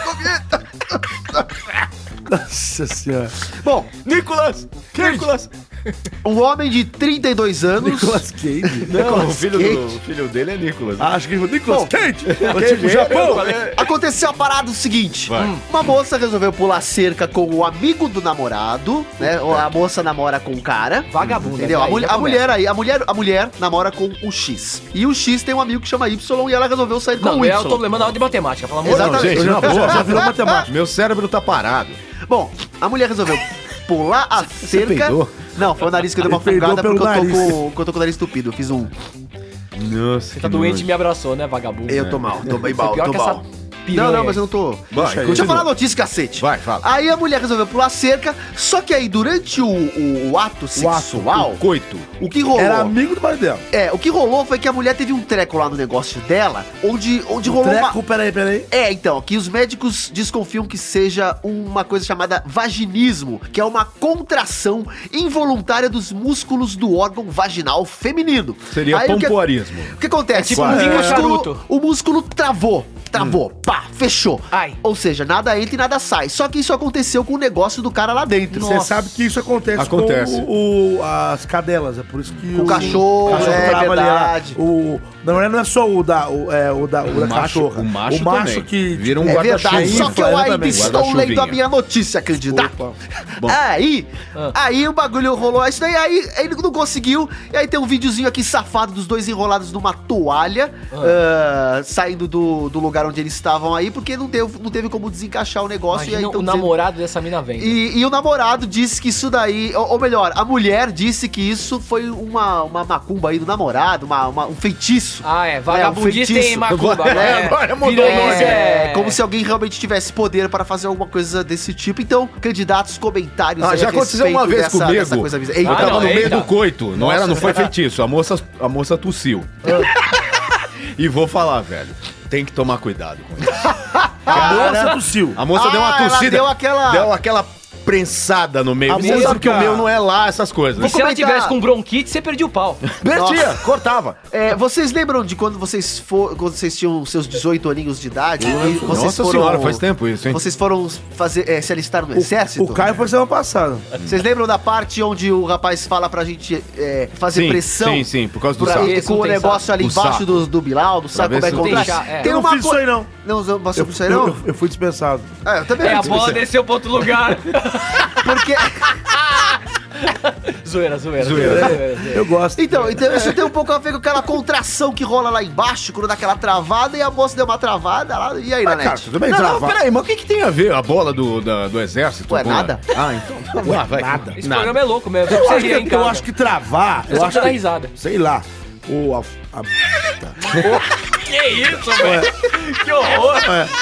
Nossa senhora. Bom, Nicolas! Um homem de 32 anos. Nicolas Cage. Não, o filho dele é Nicolas. Acho que o Nicolas Cage. Tipo, Japão. Aconteceu a parada seguinte. Vai. Uma moça resolveu pular cerca com o amigo do namorado, né? A moça namora com o cara. Vagabundo. Entendeu? A mulher namora com o X. E o X tem um amigo que chama Y e ela resolveu sair com Não, o é Y. o problema na aula de matemática, pelo amor de Deus. Exatamente. Gente, na boa. Já virou matemática. Meu cérebro tá parado. Bom, a mulher resolveu pular a cerca. peidou? Não, foi o nariz que eu dei uma Ele peidou fungada porque pelo eu tô com o nariz estupido. Eu fiz um. Nossa, Você tá doente e me abraçou, né, vagabundo? Eu tô mal, tô bem mal, Pior tô que essa mal. piranha. Não, mas eu não tô. Deixa eu falar a notícia, cacete. Vai, fala. Aí a mulher resolveu pular cerca, só que aí durante o ato sexual, O coito. o que rolou? Era amigo do marido dela. O que rolou foi que a mulher teve um treco lá no negócio dela, onde rolou Treco, peraí. então, que os médicos desconfiam que seja uma coisa chamada vaginismo, que é uma contração involuntária dos músculos do órgão vaginal feminino. Seria Aí, pompoarismo. O que acontece? tipo um vinho charuto. O músculo travou, pá, fechou. Ai. Ou seja, nada entra e nada sai. Só que isso aconteceu com o negócio do cara lá dentro. Você sabe que isso acontece, Acontece. com as cadelas. É por isso que Com o cachorro, verdade. Na verdade, não é só o da macho- cachorra. o macho macho também. que Vira um É guarda-chuva. verdade, só que eu ainda Exatamente. estou Guarda-chuvinha. lendo a minha notícia, candidato. Opa. Bom. Aí o bagulho rolou isso daí, aí ele não conseguiu, e aí tem um videozinho aqui safado dos dois enrolados numa toalha, saindo do lugar onde eles estavam aí, porque não teve como desencaixar o negócio. Imagina e aí, então, o namorado dessa mina vem. e o namorado disse que isso daí, ou melhor, a mulher disse que isso foi uma macumba aí do namorado, um feitiço. Ah, vagabundista feitiço. tem macumba. Agora mudou o Piranha, nome. Como se alguém realmente tivesse poder para fazer alguma coisa desse tipo. Então, candidatos, comentários aí Já a aconteceu uma respeito vez comigo. dessa coisa bizarra. Eita, Eu tava não, no meio eita. do coito. Não foi feitiço. A moça tossiu. E vou falar, velho. Tem que tomar cuidado com isso. A moça tossiu. A moça deu uma ela tossida. deu aquela prensada no meio. A Você moça- sabe que o meu não é lá, essas coisas. Se ela comentar. tivesse com bronquite, você perdia o pau. Perdia, cortava. Vocês lembram de quando vocês tinham seus 18 aninhos de idade? E vocês Nossa senhora, faz tempo isso, hein? Vocês foram se alistar no exército? O Caio foi semana passada. Vocês lembram da parte onde o rapaz fala pra gente fazer pressão? Sim, por causa do Pra saco. ele, Esse com não o tem negócio saco. ali O embaixo saco. do Bilal, do saco, ver como é se que não tem acontece? chá, é. Tem Eu não uma fiz isso aí, não. Não passou por isso aí, não? Eu fui dispensado. Eu também. É, a bola desceu pra outro lugar. Porque... Zoeira. Eu gosto. Então, isso tem um pouco a ver com aquela contração que rola lá embaixo, quando dá aquela travada, e a moça deu uma travada lá. E aí, Cara, Nanete? tudo bem, Não, travar. peraí, mas o que tem a ver a bola do exército? Ué, com a- nada. Ah, então. Ué, vai. Nada. Esse programa é louco mesmo. Eu Você acho, rir em que, casa. eu acho que travar. Eu Eu só acho pra dar que, risada. sei lá. Que isso, velho? Que horror.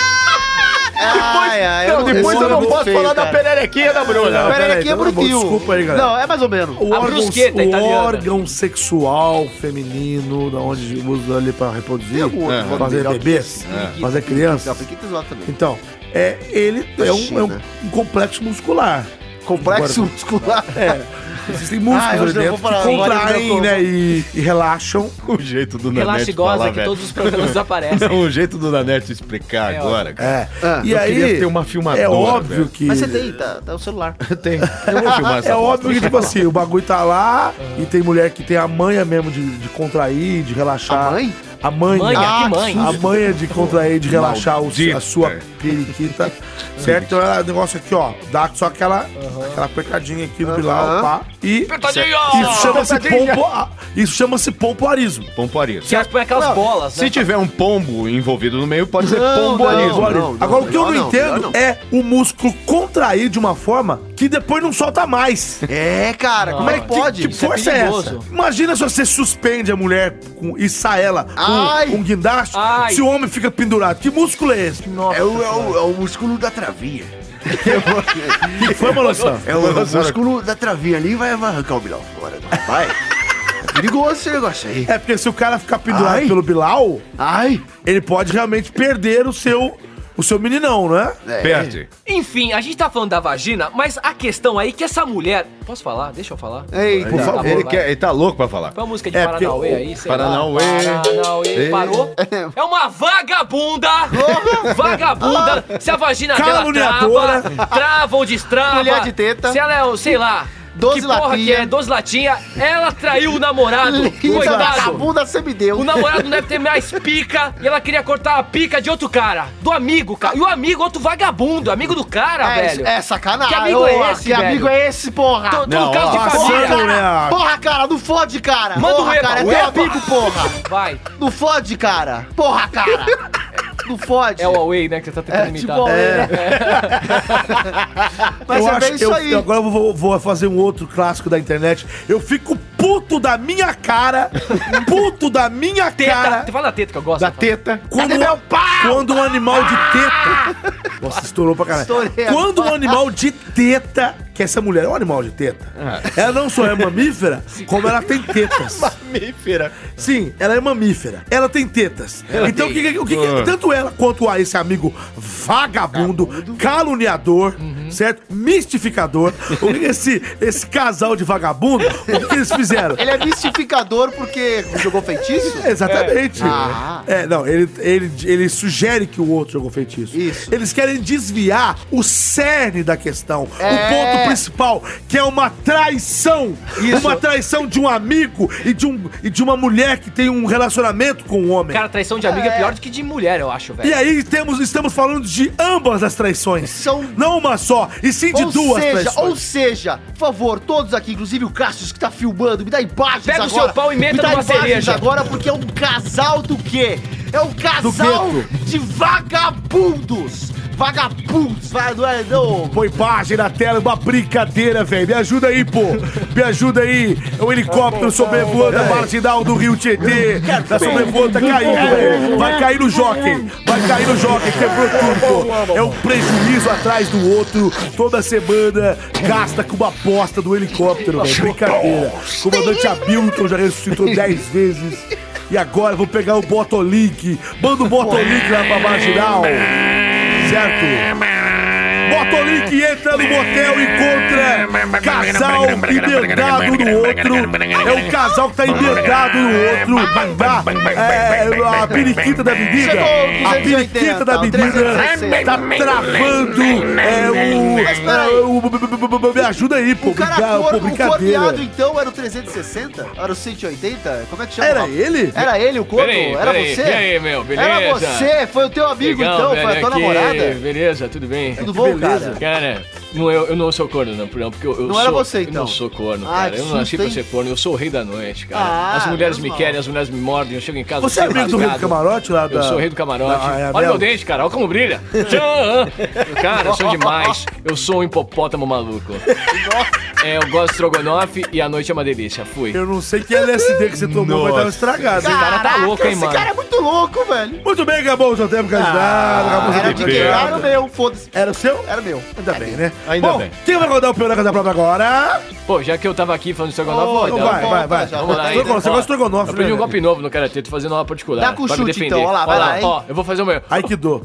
Depois eu não posso falar da pererequinha da Bruna. Pera aí, aqui é então tá bom, brutinho. desculpa aí, galera. Não, é mais ou menos. O A órgão, brusqueta o italiana. órgão sexual feminino, da onde usa ali pra reproduzir, Tem algum outro fazer legal bebês, fazer crianças. Não, tem que zoar também. Então, ele é um complexo muscular. Complexo muscular. Existem músculos eu ali já dentro vou que falar, contraem, agora né, e relaxam. O jeito do Relaxa Nanete e goza falar, que velho. todos os programas aparecem. Não, o jeito do Nanete explicar agora, cara. E eu aí, queria ter uma filmadora, é óbvio velho. que... Mas você tem, tá no celular. Tem. Eu vou filmar essa É bosta. óbvio que, tipo assim, o bagulho tá lá e tem mulher que tem a manha mesmo de contrair, de relaxar. A mãe? A manha. Manha, que mãe? A manha de contrair, de relaxar Maldita. a sua periquita. Certo? Então é o negócio aqui, ó. Dá só aquela apertadinha aqui no Bilal, pá. E isso chama-se pompoarismo. Pompoarismo. Que elas põem aquelas bolas, né? Se tiver um pombo envolvido no meio, pode ser Não, pomboarismo. não. Agora, o que eu não não, entendo não. é o músculo contrair de uma forma que depois não solta mais. É, cara, como é que pode? Que força é essa? perigoso. Imagina se você suspende a mulher e sai ela Ai. com um guindaste, Ai. se o homem fica pendurado. Que músculo é esse? Nossa. É o músculo da travinha. Que foi, Maloção? É o músculo da travinha ali vai arrancar o Bilal fora. Não vai? É perigoso esse negócio aí. É porque se o cara ficar pendurado Ai. pelo Bilal, Ai! ele pode realmente perder o seu meninão, né? Perde. Enfim, a gente tá falando da vagina, mas a questão aí é que essa mulher... Posso falar? Deixa eu falar. Eita. Por favor. Vai. Ele tá louco pra falar. Põe a música de É, Paranauê porque aí, sei Paranauê. lá. Paranauê. Parou? É uma vagabunda! Vagabunda! Se a vagina dela Caluniadora. trava ou destrava. Mulher de teta. Se ela é, sei lá, 12 que porra latinha. que é? 12 latinha. Ela traiu o namorado. Coitado. Vagabunda, você me deu. O namorado não deve ter mais pica e ela queria cortar a pica de outro cara. Do amigo, cara. E o amigo, outro vagabundo. Amigo do cara, velho. É sacanagem. Que amigo é esse, Que velho? amigo é esse, porra? Todo caso de família. né? Porra, cara, não fode, cara. Manda porra, o Eba, cara, é o teu Eba. amigo, porra. Vai. Não fode, cara. Porra, cara. Não fode. É o Huawei, né, que você tá tentando imitar. Tipo, Mas Eu é acho bem que isso aí. agora eu vou fazer um outro clássico da internet. Eu fico puto da minha cara. Puto da minha cara. Teta. Você fala da teta que eu gosto. Da teta. Quando um animal de teta. Nossa, estourou pra caralho. Estourei Quando um animal de teta. Que essa mulher é um animal de teta. Ela não só é mamífera, como ela tem tetas. Mamífera. Sim, ela é mamífera. Ela tem tetas. Então, o que tanto ela quanto esse amigo vagabundo, caluniador, certo? Mistificador. O que esse casal de vagabundo, o que eles fizeram? Ele é mistificador porque jogou feitiço? Exatamente. Ah. Não, ele sugere que o outro jogou feitiço. Isso. Eles querem desviar o cerne da questão, o ponto principal, que é uma traição. Uma traição de um amigo e de uma mulher que tem um relacionamento com um homem. Cara, traição de amigo é pior do que de mulher, eu acho, velho. E aí estamos falando de ambas as traições. Não uma só, e sim de duas traições. Ou seja, por favor, todos aqui, inclusive o Cassius que tá filmando, me dá imagens Pega o agora. seu pau e meta me dá numa imagens cereja. agora, porque é um casal do quê? É um casal gueto. de vagabundos. Vagabundos, não. Põe imagem na tela, uma brincadeira, velho. Me ajuda aí, pô. Me ajuda aí. É um helicóptero sobrevoando a marginal do Rio Tietê. Tá sobrevoando, tá caindo, velho. Vai cair no jockey. Quebrou tudo, pô. É um prejuízo atrás do outro. Toda semana gasta com uma aposta do helicóptero, velho. Brincadeira. O comandante Hamilton já ressuscitou 10 vezes. E agora vou pegar o Botolink. Manda o Botolink lá pra marginal. Certo? Botolink entra no motel e encontra casal embedado no outro. É o casal que tá embedado no outro. Tá? A periquita da bebida. A periquita da bebida tá travando. Me ajuda aí, pô. O cara o brincadeira. corneado, então, era o 360? Era o 180? Como é que chama? Era ele? Era ele o corno? Era você? E aí, meu, beleza? Era você? Foi o teu amigo, Legal, então? velho, Foi a tua aqui, namorada? Beleza, tudo bem? Tudo bom, beleza. cara? Cara, eu não sou corno, não, porque eu Não sou, era você, então? Eu não sou corno, Ah, cara. que Eu não nasci susto, pra hein? ser corno, eu sou o rei da noite, cara. Ah, as mulheres me menos querem, as mulheres me mordem, eu chego em casa... Você é amigo do Rei do Camarote lá da... Eu sou o rei do camarote. Da- Olha meu dente, cara. Olha como brilha. Tchan! Cara, eu sou demais. Eu sou um hipopótamo maluco. Eu gosto de estrogonofe e a noite é uma delícia. Fui. Eu não sei que LSD que você tomou, vai estar estragado, hein? cara tá louco, hein, esse mano? cara é muito louco, velho. Muito bem, acabou o seu tempo, candidato. Acabou o seu Era tempo, de quem? candidato. Era o meu, foda-se. Era o seu? Era meu. Ainda bem, né? Ainda Bom, bem. quem vai rodar o peão da Casa Própria agora? Pô, já que eu tava aqui falando de estrogonofe, Ô, vou Então dar. vai. Vamos lá, Você gosta de estrogonofe, Eu aprendi né? um golpe novo no Karatê, tô fazendo aula particular. Dá com pra me chute, defender. então. Olha lá, vai Olha lá, hein? Ó, eu vou fazer o meu. Aikido.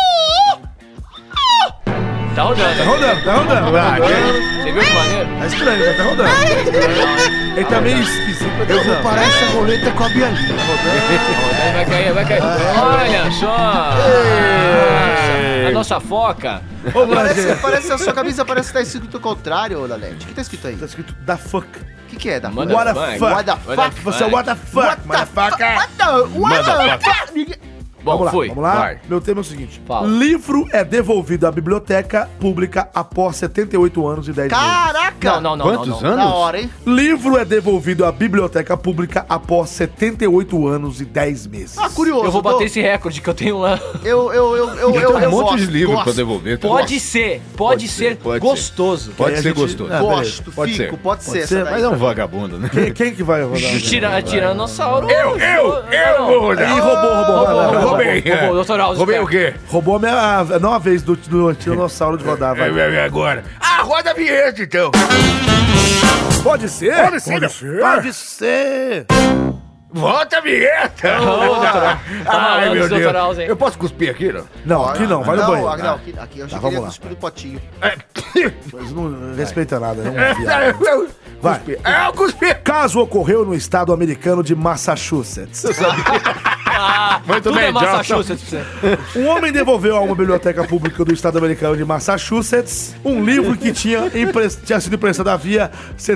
Tá rodando. Tá rodando, tá rodando. Você viu que maneiro? Tá estranho, já tá rodando. Ele tá meio esquisito. Eu vou parar essa roleta com a minha linha. Vai cair, vai cair. Olha só. A nossa foca. Ô, Brasil. Parece a sua camisa, parece que tá escrito o contrário, Lalete. O que tá escrito aí? Tá escrito da fuck. O que é da Manda- What the vai. fuck? What the fuck? Você é what the fuck, motherfucker. What the fuck? Bom, Vamos lá, fui. vamos lá. Vai. Meu tema é o seguinte. Fala. Livro é devolvido à biblioteca pública após 78 anos e 10 meses. Caraca! Não. Quantos Da anos? hora, hein? Livro é devolvido à biblioteca pública após 78 anos e 10 meses. Ah, curioso. Eu vou bater esse recorde que eu tenho lá. Eu Tem um monte gosto, de livro gosto. pra devolver. Pode ser pode gostoso. Pode Aí a ser gente- gostoso. Ah, Gosto, Pode fico, ser. pode ser. Pode essa ser, daí. Mas é um vagabundo, né? Quem que vai rodar? Tiranossauro. Eu vou rodar. Ih, roubou. Vai lá, vai lá. Roubei. Roubou, Dr. House. Roubei o quê? Roubou não a vez do Tiranossauro de rodar, vai. Agora. Ah, roda a vinheta, então. Pode ser? Pode ser. Pode ser. Volta a vinheta. Tá malandro, Dr. House, hein? Eu posso cuspir aqui, não? Não, aqui não, vai no banheiro. Não, aqui eu já vamos queria lá. cuspir no potinho. Mas não respeita nada, é um viado. Vai. Eu cuspi. Caso ocorreu no estado americano de Massachusetts. Muito Tudo bem, é Massachusetts pra você. Um homem devolveu a uma biblioteca pública do estado americano de Massachusetts um livro que tinha sido emprestado havia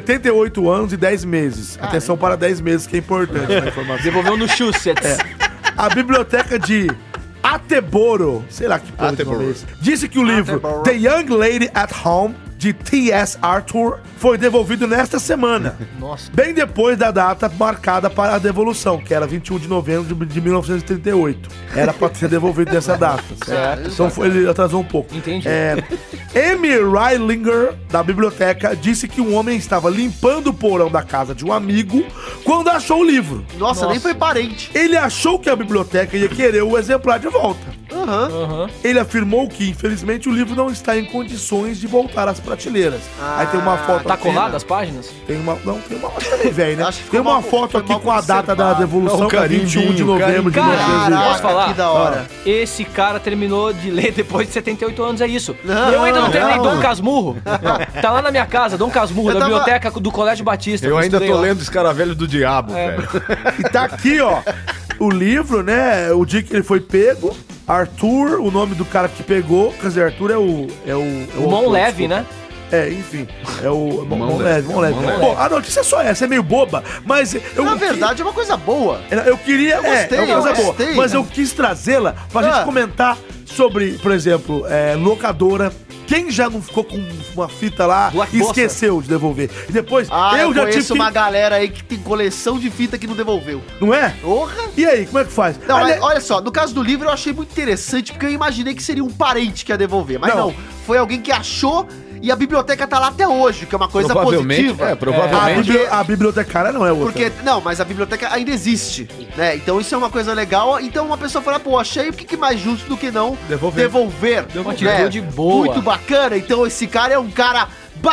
78 anos e 10 meses. Atenção para 10 meses, que é importante na informação. Devolveu no Chussets. A biblioteca de Attleboro, sei lá que porra de nome é esse, disse que o livro The Young Lady at Home, de T.S. Arthur, foi devolvido nesta semana. Nossa. Bem depois da data marcada para a devolução, que era 21 de novembro de 1938. Era para ser devolvido nessa data. Certo. Então ele atrasou um pouco. Entendi. Amy Reilinger, da biblioteca, disse que um homem estava limpando o porão da casa de um amigo quando achou o livro. Nossa, nem foi parente. Ele achou que a biblioteca ia querer o exemplar de volta. Aham. Ele afirmou que, infelizmente, o livro não está em condições de voltar às prateleiras. Aí tem uma foto Tá aqui, colado né? as páginas? Tem uma... Não, tem uma... Acho que tá meio velho, né? Acho que Tem ficou uma mal- foto foi aqui mal com a data da conservado. devolução, Não, que é 21 de carimbinho, novembro de carimbinho. 1900. Posso falar? Que da hora. Esse cara terminou de ler depois de 78 anos, é isso. Não, eu ainda não terminei não. Dom Casmurro. Tá lá na minha casa, Dom Casmurro, Eu da tava- biblioteca do Colégio Batista. Eu ainda estudei tô lá. lendo Escaravelho do Diabo, velho. E tá aqui, ó, o livro, né? O dia que ele foi pego. Arthur, o nome do cara que pegou. Quer dizer, Arthur é o O mão autor, leve, desculpa. né? Enfim. É o Mão mão leve, leve, mão leve. mão leve. Bom, a notícia é só essa, é meio boba, mas eu... Na verdade, é uma coisa boa. Eu queria. Eu gostei, é uma coisa eu boa. gostei. Mas eu quis trazê-la pra gente comentar sobre, por exemplo, locadora. Quem já não ficou com uma fita lá e Blockbuster. esqueceu de devolver? E depois, Eu já conheço tive. uma galera aí que tem coleção de fita que não devolveu. Não é? Porra! E aí, como é que faz? Não, Ali- olha só, no caso do livro eu achei muito interessante, porque eu imaginei que seria um parente que ia devolver, mas Não. não, foi alguém que achou e a biblioteca tá lá até hoje, que é uma coisa Provavelmente, positiva. provavelmente. a bibliotecária não é outra. Porque, não, mas a biblioteca ainda existe, né? Então isso é uma coisa legal. Então uma pessoa fala, pô, achei, o que mais justo do que não Devolver. Uma atitude boa. Muito bacana. Então esse cara é um cara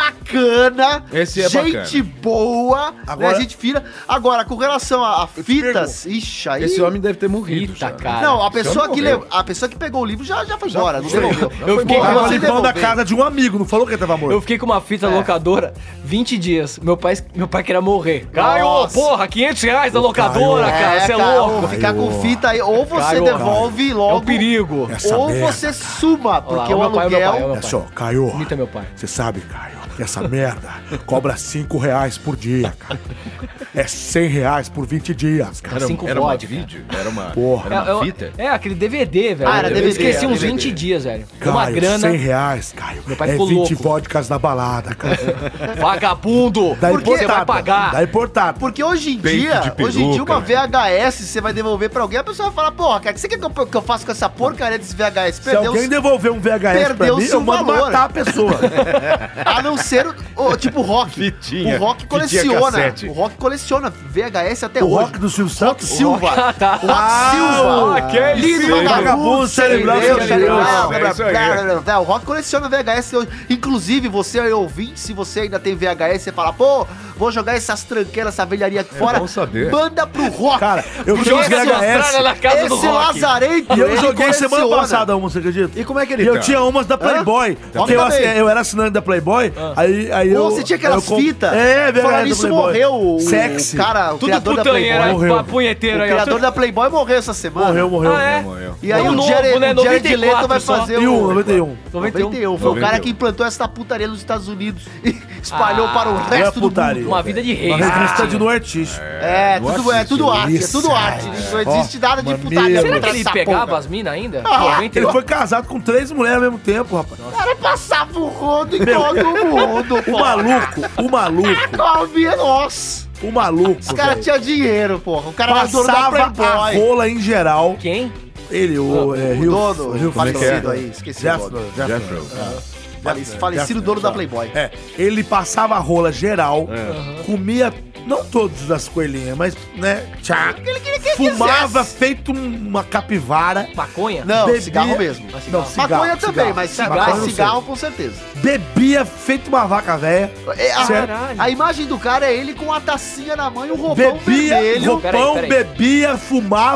bacana, Esse é gente boa, Agora- né? Gente fina. Agora, com relação a fitas, ixi, aí... Esse homem deve ter morrido. Eita, já. cara. Não, a pessoa, homem que morreu. a pessoa que pegou o livro já foi embora, não foi. devolveu. Eu fiquei Porra, com Tava você limpando a devolver. casa de um amigo, não falou que ele tava morto. Eu fiquei com uma fita locadora 20 dias. Meu pai queria morrer. Caio, Nossa. porra, 500 reais da locadora, cara. Você é louco. ou ficar com fita aí, ou você Caio, devolve É logo, um perigo. Essa ou merda. você suma, porque o o meu pai, aluguel... É só, Caio, Imita meu pai. você sabe, Caio, que essa merda cobra R$5 por dia, cara. É R$100 por 20 dias, cara. Era, Cinco era uma vodka. vídeo? Era uma, Porra. era uma fita? Aquele DVD, velho. Ah, era Eu DVD, esqueci era uns DVD. 20 dias, velho. Deu uma Caio, grana. R$100, Caio. Meu pai é ficou 20 louco. vodkas na balada, cara. Vagabundo. Dá Porque você vai importada. pagar. Dá importada. Porque hoje em Peito dia, de peruca, hoje em dia uma velho. VHS você vai devolver pra alguém, a pessoa vai falar, porra, cara, o que você quer que eu faça com essa porcaria desse VHS? Se alguém devolver um VHS pra perdeu-se mim, eu o mando valor. matar a pessoa. A não ser tipo o Rock. Fitinha, O Rock fitinha coleciona. cassete. O Rock coleciona VHS até O hoje. rock do Silvio Rock Santos? Silva. Ah, tá. O Rock Silva. ok, Lindo, sim. Vagabundo, cerebral, cerebral. É isso aí. O Rock coleciona VHS hoje. Inclusive, você é ouvinte, se você ainda tem VHS, você fala, pô, vou jogar essas tranqueiras, essa velharia fora. bom saber. Manda pro Rock. Cara, eu tenho Joga os essa estrada VHS. na casa do Esse Rock. lazarento, E eu ele joguei semana coleciona. passada uma, você acredita? E como é que ele E eu tá? tinha umas da Playboy. Rock Que também. eu era assinante da Playboy. Aí Pô, eu. você tinha aquelas fitas? É, VHS Falar da nisso, Playboy. morreu o Sexy. cara, o Tudo criador da putanheira, Playboy. Morreu. punheteiro O aí, ó. criador da Playboy morreu essa semana. Morreu. Ah, é? Morreu. E aí Um o novo, Jared, né? o Jared 94 Leto vai só. fazer 91. 91. Foi o cara que implantou essa putaria nos Estados Unidos e espalhou para o é resto do putaria. mundo. Uma vida de rei. Uma revista de no artista. É, tudo arte, é Isso, tudo arte. Não existe nada de putaria Será que contra ele essa pegava porra. as minas ainda? Ele foi casado com 3 mulheres ao mesmo tempo, rapaz. O cara passava o rodo em todo mundo, O maluco, Nossa, o maluco. os caras velho, tinham dinheiro, porra. O cara era dono da passava a Playboy. rola em geral. Quem? Ele, o O dono, falecido é? aí, esqueci o nome. Jeffro. Falecido dono da Playboy. É, ele passava a rola geral, comia, não todas as coelhinhas, mas, né, tchá, fumava feito uma capivara, Maconha? Não, Bebia- cigarro mesmo. Não, cigarro, Maconha também, cigarro. mas Cigarro, não cigarro sei. com certeza. bebia feito uma vaca velha, certo? A imagem do cara é ele com a tacinha na mão e um roupão Bebia, vermelho. roupão, Peraí. bebia, fumava,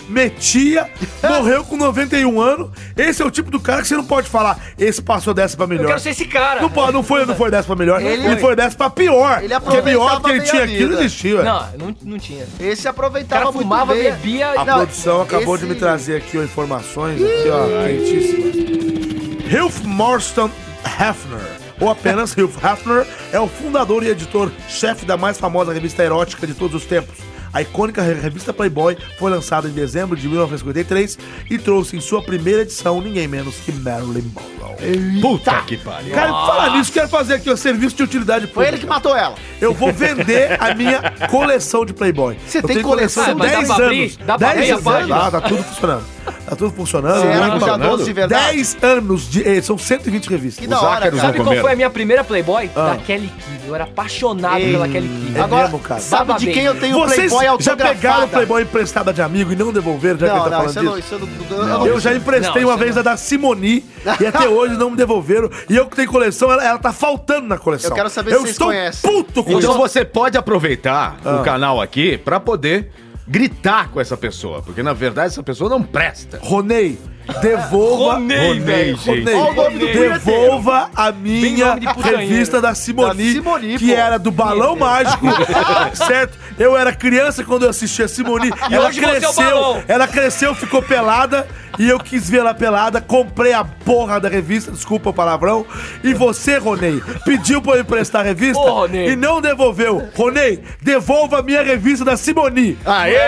metia, morreu com 91 anos. Esse é o tipo do cara que você não pode falar, esse passou dessa pra melhor. Eu quero ser esse cara. Não pode, não foi dessa pra melhor. Ele Ele foi dessa pra pior. Ele Porque pior que ele aproveitava tinha bem a aqui não vida. existia. Não tinha. Esse O aproveitava cara muito fumava, bem. bebia A e... produção acabou de esse- me trazer aqui ó, informações, aqui, ó, quentíssimas. Ralph Marston Hefner, ou apenas Ralph Hefner, é o fundador e editor-chefe da mais famosa revista erótica de todos os tempos. A icônica revista Playboy foi lançada em dezembro de 1953 e trouxe em sua primeira edição ninguém menos que Marilyn Monroe. Puta que pariu. Cara, falar nisso, quero fazer aqui o serviço de utilidade pública. Foi ele que matou ela. Eu vou vender a minha coleção de Playboy. Você Eu tem tenho coleção? de Mas dá 10 pra abrir? anos. Dá pra 10 abrir a anos. página? Tá tudo funcionando. Tá tudo funcionando. Você era Muito cuidadoso de verdade? 10 anos de... São 120 revistas. Que da hora, ácaros cara. Sabe qual comeram. foi a minha primeira Playboy? Ah. Da Kelly Key. Eu era apaixonado Ei. pela Kelly Key. É Agora, mesmo, cara. sabe Baba de Baby. quem eu tenho Vocês Playboy já autografada? pegaram Playboy emprestada de amigo e não devolveram, já que Não, ele tá não, falando isso disso? não, isso eu não... Eu já emprestei Não, uma isso vez não. a da Simoni e até hoje não me devolveram. E eu que tenho coleção, ela tá faltando na coleção. Eu quero saber se vocês estou conhecem. puto com Então isso. você pode aproveitar o canal aqui pra poder gritar com essa pessoa, porque na verdade essa pessoa não presta. Ronei, devolva... Ronei, velho. Ronei, Olha o nome do devolva a minha nome de putanheiro. revista da Simoni, Da Simoni, que pô. era do Balão Mágico, certo? Eu era criança quando eu assistia a Simoni. Ela hoje você é o balão. ela cresceu, ficou pelada e eu quis ver ela pelada, comprei a porra da revista, desculpa o palavrão, e você, Ronei, pediu pra eu emprestar a revista Ô, Ronei. e não devolveu. Ronei, devolva a minha revista da Simoni.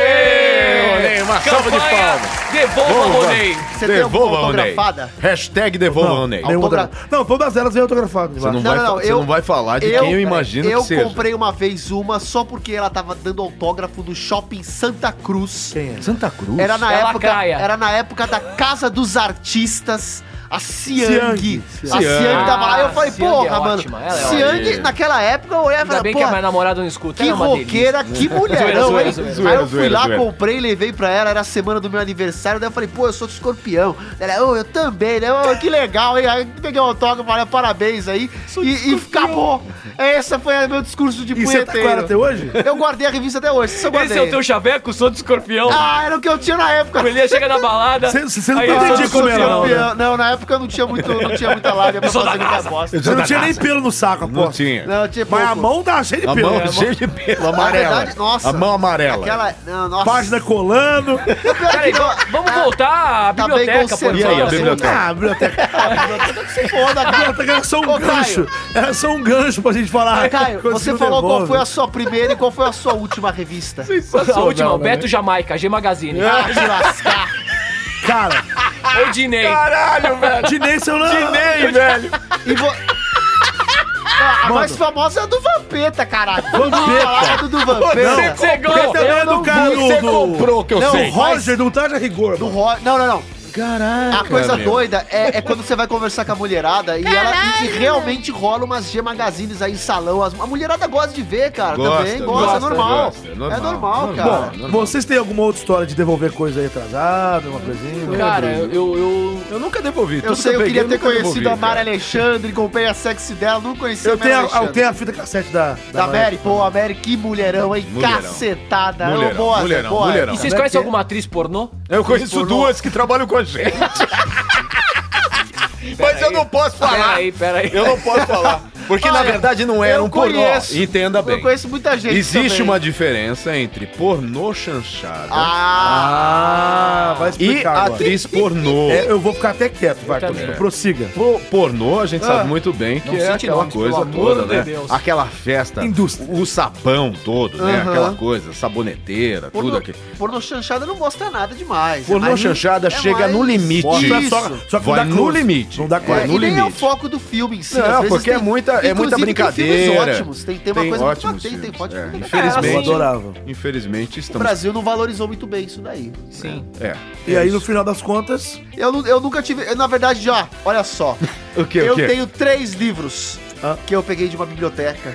Aê! Ronei, uma salva de Campanha, palmas. Devolva, Ronei. Você tem alguma autografada? Hashtag devolva Ronei. nenhuma Autogra- da- não, todas elas vêm autografadas. Você não, Não, vai, não, você eu- não vai falar de quem eu imagino eu que seja. comprei uma vez uma só porque ela tava dando autógrafo no shopping Santa Cruz. Quem é? Santa Cruz? Era na É época, lacraia. era na época da Casa dos Artistas. A Siang. Siang. A Siang tava lá. Eu falei, Siang porra, é mano. ótima, ela é Siang, ótima. naquela época, eu olhava e Ainda falei, bem que a minha pô, namorada não escuta. que ela é uma roqueira, que mulherão, Zoeira, hein? zoeira, zoeira, Aí eu fui zoeira, lá, zoeira. comprei, levei pra ela, era a semana do meu aniversário, daí eu falei, pô, eu sou de Escorpião. Ela, eu também, né? Ô, que legal, hein? Aí peguei o autógrafo, falei, parabéns aí. E acabou. Esse foi o meu discurso de E você tá com ela até hoje? Eu guardei a revista até hoje, isso eu guardei. Esse é o teu chaveco, sou de escorpião. Ah, era o que eu tinha na época. Ele chega na balada. Você não aí eu entendia sou de como era, não, escorpião. né? Não, na época eu não tinha muita lábia pra sou da fazer muita casa. bosta. Você não tinha nem pelo no saco, Não aposto. tinha. Não, eu tinha Mas a pouco. mão tá cheia de A pelo. mão cheia de pelo, Na amarela. verdade, nossa. A mão amarela. Aquela... Não, nossa. Página colando. Peraí, vamos voltar à Tá bem biblioteca, pô. conservado. E aí, a Assim, biblioteca? Ah, a biblioteca. Se foda, A cara. biblioteca era só um Ô, gancho. Era só um gancho pra gente falar. Caio, quando você não falou qual devolve. foi a sua primeira e qual foi a sua última revista? A última, o Beto Jamaica, G Magazine. Ah, de lascar. Cara, Ou Dinei. Caralho, velho. Dinei seu não. Dinei, velho. E a mais famosa é a do Vampeta, caralho. Vampeta. Do Vampeta. Você Ele também é do cara Você comprou, que eu Não, sei. Roger, do Traje a Rigor. Do Não. Caraca, A coisa meu. doida é quando você vai conversar com a mulherada e realmente rola umas G Magazines aí em salão. A mulherada gosta de ver, cara. Também gosta, é normal. É normal, cara. Bom, vocês têm alguma outra história de devolver coisa aí atrasada, uma coisinha? Cara, eu Eu nunca devolvi. Eu Tudo sei, que eu queria peguei, ter nunca conhecido devolvi, a Mari cara. Alexandre, comprei a sexy dela, não conhecia Eu a Mari tenho, Alexandre. eu tenho a fita cassete da Mary, pô, a Mary, que mulherão, hein? Mulherão. Cacetada. Mulherão, Boa, mulherão, boa. mulherão. E vocês conhecem alguma atriz pornô? Eu conheço Pornô. duas que trabalham com a gente. Mas eu não posso falar. Peraí. Eu não posso falar. Porque na Olha, verdade não era eu um pornô. conheço. Entenda bem. Eu conheço muita gente Existe também. uma diferença entre pornô chanchada Ah, vai e explicar agora. atriz pornô. É, eu vou ficar até quieto, vai, também. prossiga. Pornô, a gente sabe muito bem que Não é cite aquela nomes, coisa pelo amor toda, de né? Deus. Aquela festa, Indústria. o sapão todo, né? Aham. Aquela coisa, saboneteira, tudo aqui. Porno chanchada não mostra nada demais. Pornô mais- chanchada chega mais- no limite. Isso. Só que não Vai dá no close. limite. Não dá É, close. no e nem é o limite. foco do filme em si. Não, às vezes porque é muita inclusive, tem brincadeira. filmes ótimos. Tem uma Tem coisa ótimos muito... Tem filmes, pode é. muito Infelizmente, Eu adorava. Infelizmente O estamos... Brasil não valorizou muito bem isso daí. Sim. É. E aí, no final das contas, Eu nunca tive... Na verdade, já, olha só. O quê? Eu tenho 3 livros que eu peguei de uma biblioteca.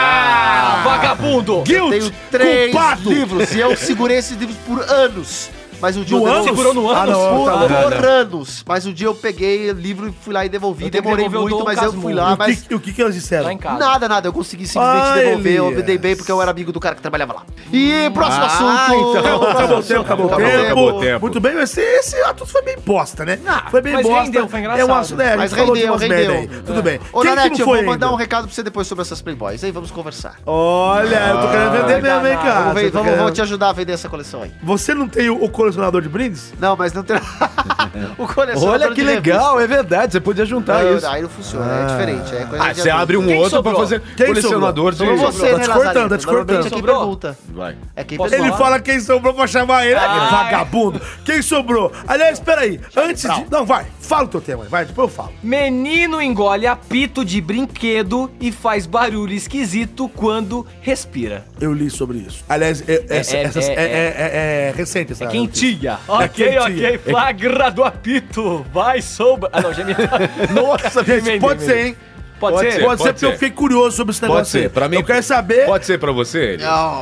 Ah, vagabundo! Eu tenho 3 culpado. livros e eu segurei esses livros por anos. mas um dia No eu ânus? Segurou no ânus? Por anos. Mas um dia eu peguei o livro e fui lá e devolvi. Eu tenho que Demorei devolver o muito, Dom mas eu Casmurro. fui lá. Mas O que elas disseram? Lá em casa. nada. Eu consegui simplesmente Ai, devolver. Eu Elias. dei bem porque eu era amigo do cara que trabalhava lá. E próximo assunto. Acabou o tempo. Acabou o tempo. Muito bem, mas esse assunto foi bem bosta, né? Foi bem mas bosta. rendeu, foi engraçado. É um assunto, a Mas gente falou de rendeu, umas merda aí. rendeu. Tudo bem. Ô, Quem que Nanete, não eu foi vou mandar ainda? um recado pra você depois sobre essas Playboys. Aí vamos conversar. Olha, eu tô querendo vender mesmo, hein, cara. Vamos, Você tá querendo- vamos te ajudar a vender essa coleção aí. Você não tem o colecionador de brindes? Não, mas não tem. O colecionador Olha que de legal, é verdade. Você podia juntar revista. isso. Aí não funciona, é diferente. É coisa Ah, de você adulto. abre um Quem outro pra sobrou? fazer Quem colecionador de... Sobrou você, Tá né, te cortando, Lazarento? tá te Normalmente cortando. é quem Sobrou? pergunta. Vai. É quem Posso pergunta. Ele fala quem sobrou pra chamar ele, Ai. vagabundo. Quem sobrou? Aliás, peraí, antes de... Não, vai, fala o teu tema, vai, depois eu falo. Menino engole apito de brinquedo e faz barulho esquisito quando respira. Eu li sobre isso. Aliás, é recente essa notícia. Quentinha. quentinha. Flagra do apito. Vai, soube. Ah, não, já me... Nossa, Gente, pode ser, hein? Pode Pode ser? ser. Pode ser porque eu fiquei curioso sobre esse negócio. Pode ser, aí. pra mim... Eu quero saber... Pode ser pra você, Elias?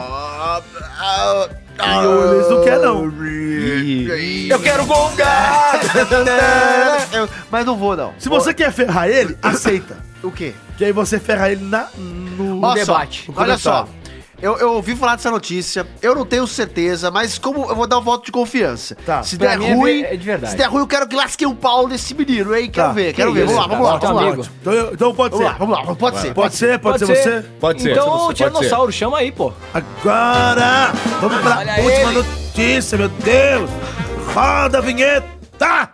E o Elias não quer, não. Eu quero gongar! Mas não vou, não. Se você quer ferrar ele, aceita. O quê? Que aí você ferra ele no Olha debate. Só, olha só. Eu ouvi falar dessa notícia, eu não tenho certeza, mas como eu vou dar um voto de confiança. Tá. Se Pra der mim é ruim, é de verdade. se der ruim, eu quero que lasque o pau desse menino, hein? Quero Tá. ver, quero Que ver. isso, Vamos lá, cara. vamos lá, Tá, vamos lá. amigo. Então pode ser. Vamos lá, pode ser. Pode ser você? Pode ser. Então, Pode o ser. Tiranossauro, chama aí, pô. Agora, vamos pra Olha última ele. notícia, meu Deus. Roda a vinheta.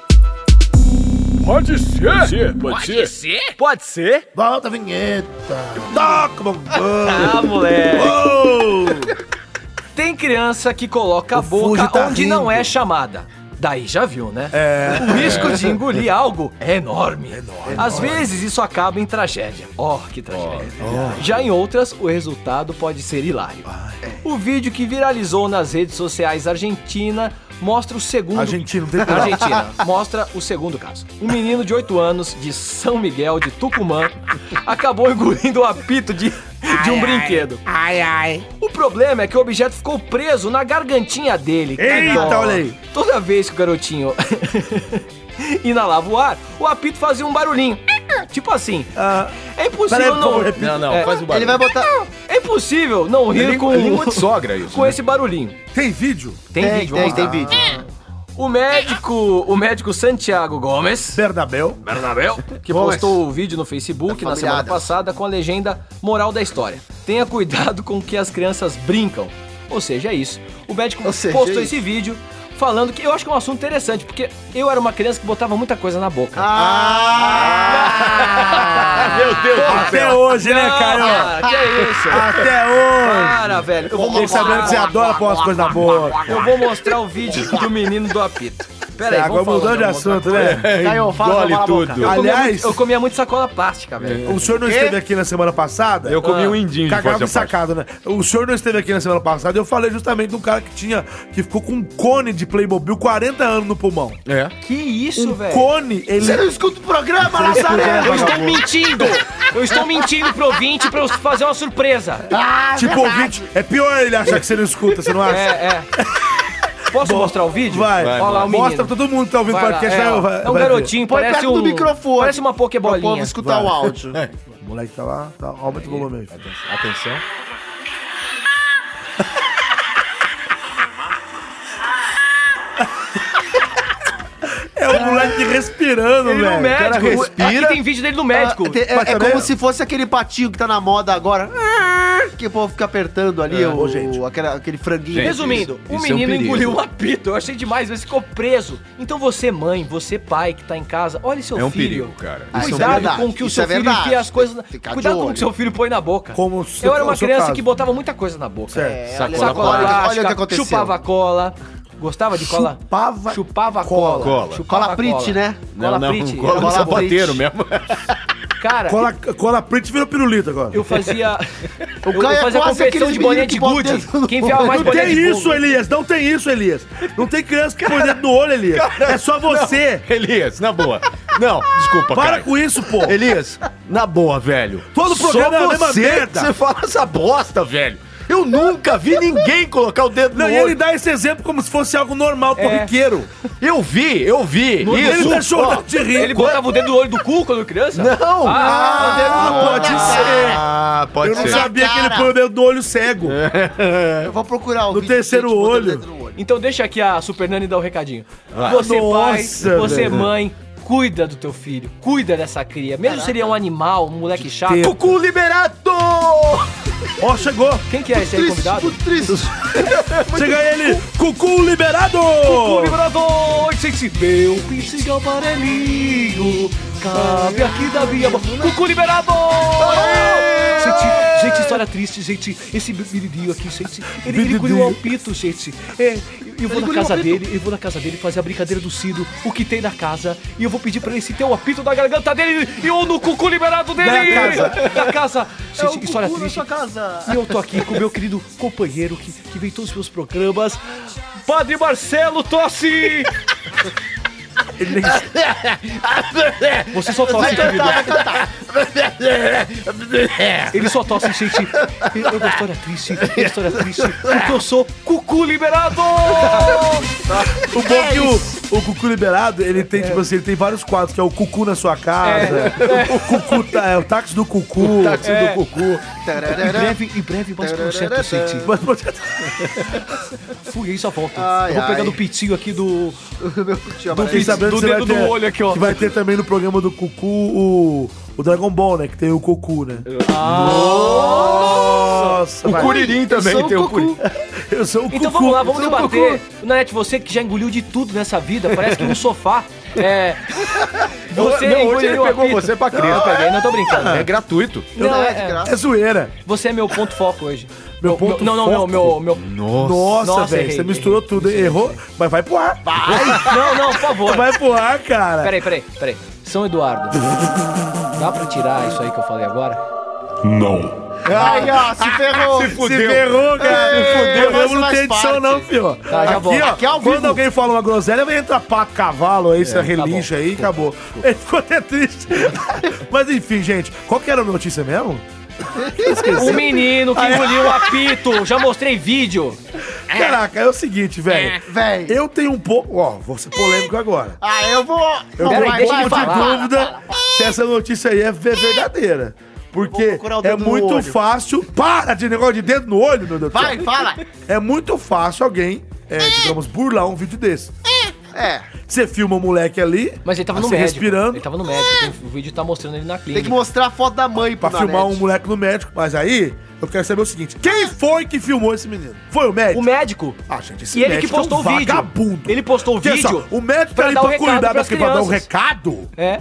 Pode ser. Pode ser. Pode ser? Volta a vinheta. Toca, bom. Ah, moleque. Oh. Tem criança que coloca a O Fuji boca tá onde rindo. não é chamada. Daí já viu, né? O risco de engolir algo é enorme. Às vezes isso acaba em tragédia. Que tragédia. Já em outras, o resultado pode ser hilário. O vídeo que viralizou nas redes sociais Argentina mostra o segundo... Argentina, não tem problema. Argentina. Mostra o segundo caso. Um menino de 8 anos, de São Miguel, de Tucumã, acabou engolindo o apito de um brinquedo. O problema é que o objeto ficou preso na gargantinha dele. Que Eita, dó. olha aí. Toda vez que o garotinho inalava o ar, o apito fazia um barulhinho. Tipo assim. É impossível não... Não, faz o barulho. Ele vai botar... É impossível não rir com... Língua de sogra isso. com esse barulhinho. Tem vídeo? Tem vídeo, vamos tem lá. vídeo. O médico Santiago Gomes, Bernabéu. que postou o vídeo no Facebook na semana Familiadas. passada com a legenda moral da história. Tenha cuidado com o que as crianças brincam. Ou seja, é isso. O médico Ou seja, postou é esse vídeo falando que eu acho que é um assunto interessante, porque eu era uma criança que botava muita coisa na boca. Meu Deus do céu. Até hoje, né, Caio? Cara, que é isso? Até hoje. Para, velho. Eu vou Fiquei sabendo que você adora pôr as coisas na boca. Eu vou mostrar o vídeo do menino do apito. Pera aí, Agora vamos mudando de falando, assunto, né? Caio, fala Engole na boca. tudo. Aliás, Eu comia muito sacola plástica, velho. o senhor não esteve aqui na semana passada? Eu comi um indinho de Cagava fazia e sacado, né? O senhor não esteve aqui na semana passada e eu falei justamente de um cara que ficou com um cone de Playmobil 40 anos no pulmão. É. Que isso, velho? Cone, ele... Você não escuta o programa, Você escuta, Lazarento? Eu estou vagabundo. mentindo! Eu estou mentindo pro ouvinte pra eu fazer uma surpresa. Tipo, ouvinte, é pior ele achar que você não escuta, você não acha? É. Posso mostrar o vídeo? Vai, Olha lá o menino. mostra pra todo mundo que tá ouvindo o Vai lá, podcast. é, ó. vai É um ver. garotinho, Põe parece perto do microfone. Parece uma Pra o povo pokebolinha. escutar o áudio. O moleque tá lá, tá, aumenta o volume aí. Atenção. É o moleque respirando, Ele velho. no médico. cara respira. Aqui tem vídeo dele no médico. É Mas também- como se fosse aquele patinho que tá na moda agora. Que o povo fica apertando ali aquele franguinho. Gente, Resumindo, isso o é um menino perigo. engoliu um apito. Eu achei demais, mas ficou preso. Então você, mãe, você, pai, que tá em casa, olha seu É um filho. perigo, cara. Isso é Cuidado verdade, com o que o isso seu é filho verdade. enfia as coisas. Ficar Cuidado de com o olho. que seu filho põe na boca. Como o Eu era uma seu criança caso. que botava muita coisa na boca. Certo. Sacola olha o que plástica, aconteceu. chupava cola. Gostava de cola? Chupava cola. cola. Chupava Cola Prit, né? Cola Prit. Cola no Cola sapateiro Prit. mesmo. Cara, Cola print virou pirulito agora. eu fazia. Eu Caio é fazia quase competição aqueles de bolinha meninos de que botam gude. dentro do Quem enfiava mais Não bolinha tem de isso, gude. Elias. Não tem isso, Elias. Não tem criança que põe dentro do olho, Elias. É só você. Elias, na boa. Não, desculpa, Para cara. com isso, pô. Elias, na boa, velho. Todo programa Só é a mesma você, merda. Você fala essa bosta, velho. Eu nunca vi ninguém colocar o dedo Não, no e ele olho. dá esse exemplo como se fosse algo normal, corriqueiro. Eu vi. Ele tá chorando de rir. Ele botava o dedo no olho do cu quando criança? Não. Pode ser. Ah, pode Eu não ser. sabia que ele põe o dedo do olho cego. Eu vou procurar o No vídeo terceiro de gente botando olho. dedo no olho. Então deixa aqui a Super Nani dar o recadinho. Você pai, Nossa, você velho. mãe, cuida do teu filho, cuida dessa cria. Mesmo se ele é um animal, um moleque chato. Ter- Cucu liberado! Ó, chegou. Quem que é esse aí convidado? Muito triste. Chega ele. Cucu liberado. Cucu liberador, gente, meu pincinho amarelinho, cabe aqui da minha mão. Cucu liberador! Gente, história triste, gente. Esse menininho aqui, gente, ele engoliu um pito, gente. Eu vou na casa dele, fazer a brincadeira do Cido, o que tem na casa, e eu vou pedir pra ele se tem o apito da garganta dele e eu no cucu liberado dele. Da casa. Gente, história triste. E eu tô aqui com o meu querido companheiro que vem em todos os meus programas, Padre Marcelo Tossi! Você só tosse, querido. Ele só tosse, gente. É uma história triste, porque eu sou Cucu Liberado! O bom é que o Cucu liberado, ele tem, tipo assim, ele tem vários quadros, que é o Cucu na sua casa, o Cucu, o táxi do Cucu. Táxi do Cucu. Em breve, mais projeto, gente. Mas, projeto- Fui aí, só volta. Ai, Eu vou pegar ai. no pitinho aqui do Fiquei sabendo do que você dedo vai ter, do olho aqui, ó. que vai ter também no programa do Cucu o Dragon Ball, né? Que tem o Cucu, né? Nossa, O vai. Curirim também tem o Curirim. Eu sou o Cucu. Então vamos lá, vamos Eu sou o debater. Nanete, você que já engoliu de tudo nessa vida, parece que no sofá. Você Não, hoje engoliu ele o pegou apito. você pra Não, criança. eu peguei, não tô brincando. É gratuito. Não, é de graça. É zoeira. Você é meu ponto foco hoje. Meu ponto Não, foco? meu. Nossa, Nossa, velho, errei, você misturou tudo, hein? Errou, mas vai pro ar. Não, por favor. Vai pro ar, cara. Peraí. São Eduardo. Dá pra tirar isso aí que eu falei agora? Ai, ó, se ferrou. Se ferrou, cara. Se fudeu, Eu mas não faz tem edição, parte. não, filho. Tá, já volto. Aqui é ao Quando vivo. alguém fala uma groselha, vai entrar pato, cavalo aí, você relincha bom. aí e acabou. Ele ficou até triste. Mas enfim, gente, qual que era a notícia mesmo? O menino que engoliu o apito. Já mostrei vídeo. Caraca, é o seguinte, velho. Véi. Eu tenho um pouco. Ó, vou ser polêmico agora. Ah, eu vou... Eu Não, tenho Peraí, um deixa pouco ele de falar. dúvida se essa notícia aí é verdadeira. Porque procurar o é dedo no muito olho. fácil. Para de negócio de dedo no olho, meu Deus do céu. Vai, fala. É muito fácil alguém, digamos, burlar um vídeo desse. É, Você filma o moleque ali, Mas ele tava no você médico. respirando, Ele tava no médico. O vídeo tá mostrando ele na tem clínica. que mostrar a foto da mãe pra pro filmar um Nanete. moleque no médico. Mas aí, eu quero saber o seguinte: quem foi que filmou esse menino? Foi o médico? O médico. Ah, gente, esse E ele que médico postou é o um vídeo. vagabundo. Ele postou o Porque, vídeo assim, ó, o médico tá pra ali dar o pra recado cuidar pras das crianças, pra dar um crianças. recado. É.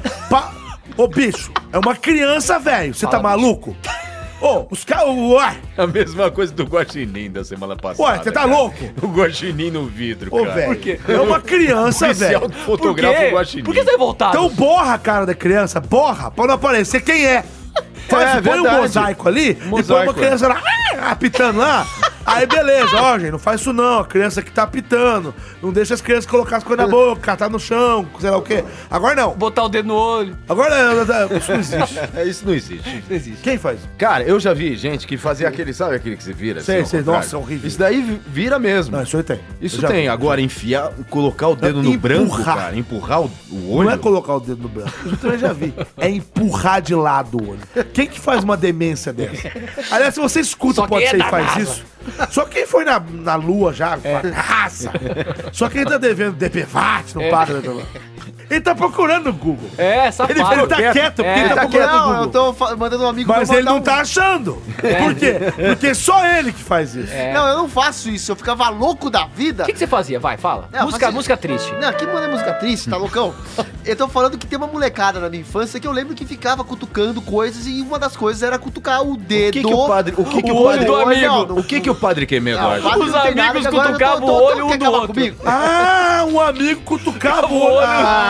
Ô, bicho, é uma criança, velho. Você tá Fala, maluco? Ô, os caras. Ué, A mesma coisa do Guaxinim da semana passada. Ué, você tá cara. louco? O Guaxinim no vidro, ô, cara. velho. É uma criança, Policial velho. que Por fotografa o quê? Guaxinim. Por que você tá revoltado? Então borra a cara da criança, borra, pra não aparecer quem é. Põe um verdade. mosaico ali e põe uma Mosaico, criança lá, apitando lá. Aí beleza, ó, gente, não faz isso não. A criança que tá apitando. Não deixa as crianças colocar as coisas na boca, catar no chão, sei lá o quê. Agora não. Botar o dedo no olho. Agora isso não existe. Isso não existe. Não existe. Quem faz? Cara, eu já vi gente que fazia aquele, sabe aquele que se vira? Sei, ao sei. contrário? Nossa, é horrível. Isso daí vira mesmo. Não, isso aí tem. Isso Eu já tem. vi. Agora, enfiar, colocar o dedo no branco, Empurrar. cara, empurrar o olho. Não é colocar o dedo no branco. Eu também já vi. É empurrar de lado o olho. Quem que faz uma demência dessa? Aliás, se você escuta Só o Pode quem é Ser e da faz NASA. isso. Só quem foi na lua já, raça. Só quem tá devendo DPVAT, não paga DPVAT. Ele tá procurando no Google. É, safado. Ele tá quieto, porque ele tá Não, procurando no eu Google. tô mandando um amigo Mas meu ele não mandar tá achando. Por quê? Porque só ele que faz isso. Não, eu não faço isso. Eu ficava louco da vida. O que você fazia? Vai, fala. Não, fazia- Música triste. Não, aqui manda música triste, tá loucão? Eu tô falando que tem uma molecada na minha infância que eu lembro que ficava cutucando coisas e uma das coisas era cutucar o dedo. O que que o padre- o que que o olho padre- do amigo. O que o padre Quemedo Não, acha? padre Os não tem nada, amigos que agora eu cutucavam o olho um quer do acabar outro. comigo? Ah, um amigo cutucava o olho.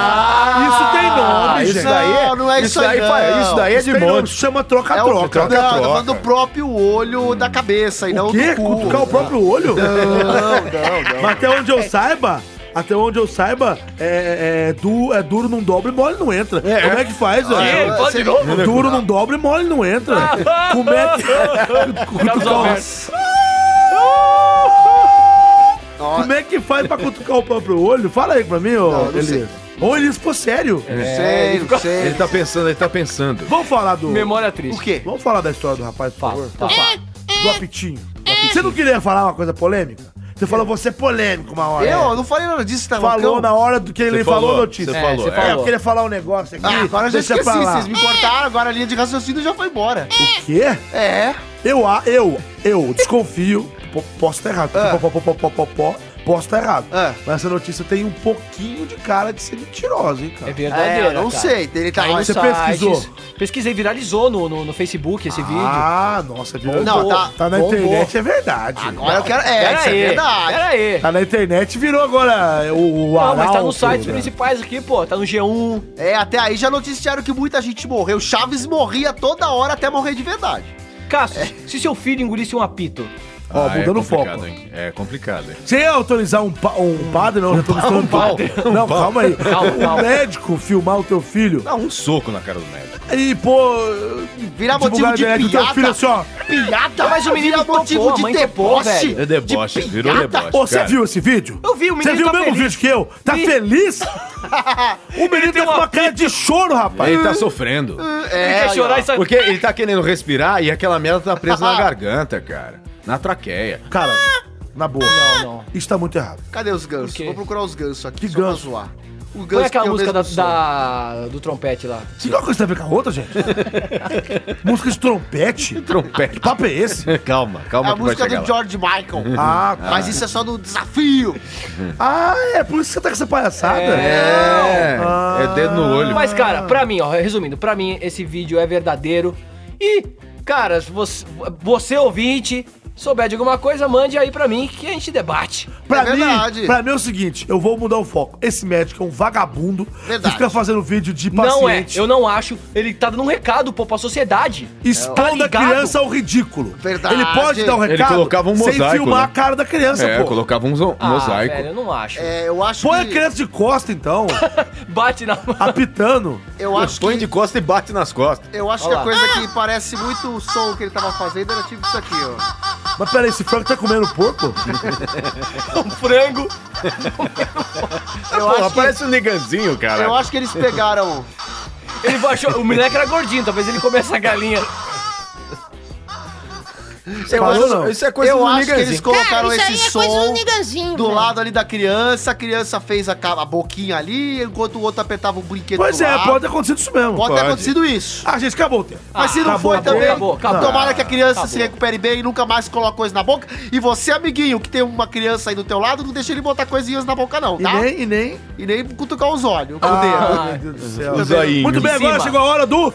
Ah, isso tem nome, isso gente. daí Não é isso aí, não. Isso daí é de Tem nome, monte. isso chama É o troca-troca. não, tô falando do próprio olho da cabeça e não O quê? do cu. Cutucar o próprio olho? Não. Mas até onde eu saiba, é duro não dobra e mole não entra. Como é que faz, Ih, velho? pode de novo? Duro não dobra e mole não entra. Como é que... Carlos Cutucar o- Alberto. Como é que faz pra cutucar o próprio olho? Fala aí pra mim, ô Elias. Ô, Elias, ficou sério. Sério, sério. Ele tá pensando. Vamos falar do... Memória triste. O quê? Vamos falar da história do rapaz, por favor? Tá. Do apitinho. Você não queria falar uma coisa polêmica? Você falou, você é polêmico uma hora. Eu não falei nada disso, tá Falou loucão? na hora do que ele falou notícia. Você falou. você falou. Eu queria falar um negócio aqui. Ah, agora eu já deixa esqueci, pra lá. vocês me cortaram, agora a linha de raciocínio já foi embora. O quê? É. Eu desconfio, posso estar errado, posso estar errado, mas essa notícia tem um pouquinho de cara de ser mentirosa, hein, cara? É verdadeira, não cara. sei, ele tá Aí mais... nos Você pesquisou? sites, Pesquisei, viralizou no Facebook esse vídeo. Ah, nossa, virou. Não, tá na bombou. internet, é verdade. Agora eu quero... Pera isso é aí, verdade. Pera aí. Tá na internet, virou agora o Não, mas tá Arauto, nos sites né? principais aqui, pô. Tá no G1. É, até aí já noticiaram que muita gente morreu. Chaves morria toda hora até morrer de verdade. Cássio, se seu filho engolisse um apito, Ó, mudando o foco. Hein? É complicado, hein? Você ia autorizar um padre, não? Já tô misturando tudo. Não, calma aí. Calma. Um médico filmar o teu filho Dá um soco na cara do médico. e, pô... Virar divulgar motivo de na internet o teu piada. filho assim, ó. Piada, Mas o menino vira topou, motivo a de mãe topou, deboche. velho. É deboche, virou deboche. Ô, você cara. viu esse vídeo? eu vi, o Você menino viu o tá mesmo feliz. vídeo que eu? Tá Vi. feliz? O menino tem tá com uma cara de choro, rapaz. Ele tá sofrendo. Ele quer chorar e sabe... Porque ele tá querendo respirar e aquela merda tá presa na garganta, cara. Na traqueia. Cara, na boa. Não. Isso tá muito errado. Cadê os gansos? Por quê? Vou procurar os gansos aqui, Que só pra ganso? zoar. O Põe aquela que tem o música mesmo som. do trompete lá. Você tem uma coisa que tem a ver com a outra, gente? Música de trompete? Trompete. Que papo é esse? Calma, É calma a que vai música chegar do lá. George Michael. Ah, tá. Mas isso é só do desafio. Ah, é por isso que você tá com essa palhaçada? É dedo no olho. Mas, cara, pra mim, ó, resumindo, pra mim esse vídeo é verdadeiro. E, cara, se você ouvinte, souber de alguma coisa, mande aí pra mim que a gente debate. Pra É verdade. Pra mim é o seguinte, eu vou mudar o foco. Esse médico é um vagabundo Verdade. que fica fazendo vídeo de Não é, paciente. eu não acho. Ele tá dando um recado, pô, pra sociedade. Expondo Tá a ligado? criança ao ridículo. Verdade. Ele pode dar um Ele recado colocava um sem mosaico, filmar né? a cara da criança, É, pô. colocava um mosaico. Velho, eu não acho. É, eu acho Põe a que... criança de costa, então, Bate na mão. apitando. Eu acho Põe que... de costa e bate nas costas. Eu acho Olha que a lá. coisa que parece muito o som que ele tava fazendo era tipo isso aqui, ó. Mas peraí, esse frango tá comendo porco? Um frango. Eu Porra, acho parece um neganzinho, cara. Eu acho que eles pegaram... Ele achou, o moleque era gordinho, talvez ele comesse essa galinha. Eu Falou, acho, não? Isso é coisa eu do acho que eles neganzinho. colocaram Cara, isso aí esse é coisa do som Niganzinho, do velho. lado ali da criança, a criança fez a boquinha ali, enquanto o outro apertava o brinquedo Pois do é, lado. pode ter acontecido isso mesmo. Pode ter Pode. acontecido isso. Ah, gente, acabou o tempo. Mas se não acabou, foi acabou, também, acabou. tomara que a criança se Acabou. recupere bem e nunca mais coloque coisa na boca. E você, amiguinho, que tem uma criança aí do teu lado, não deixa ele botar coisinhas na boca não, tá? E nem... E nem cutucar os olhos com o Ah, dedo. meu Deus do céu. O zoinho. Muito bem, Em agora cima. chegou a hora do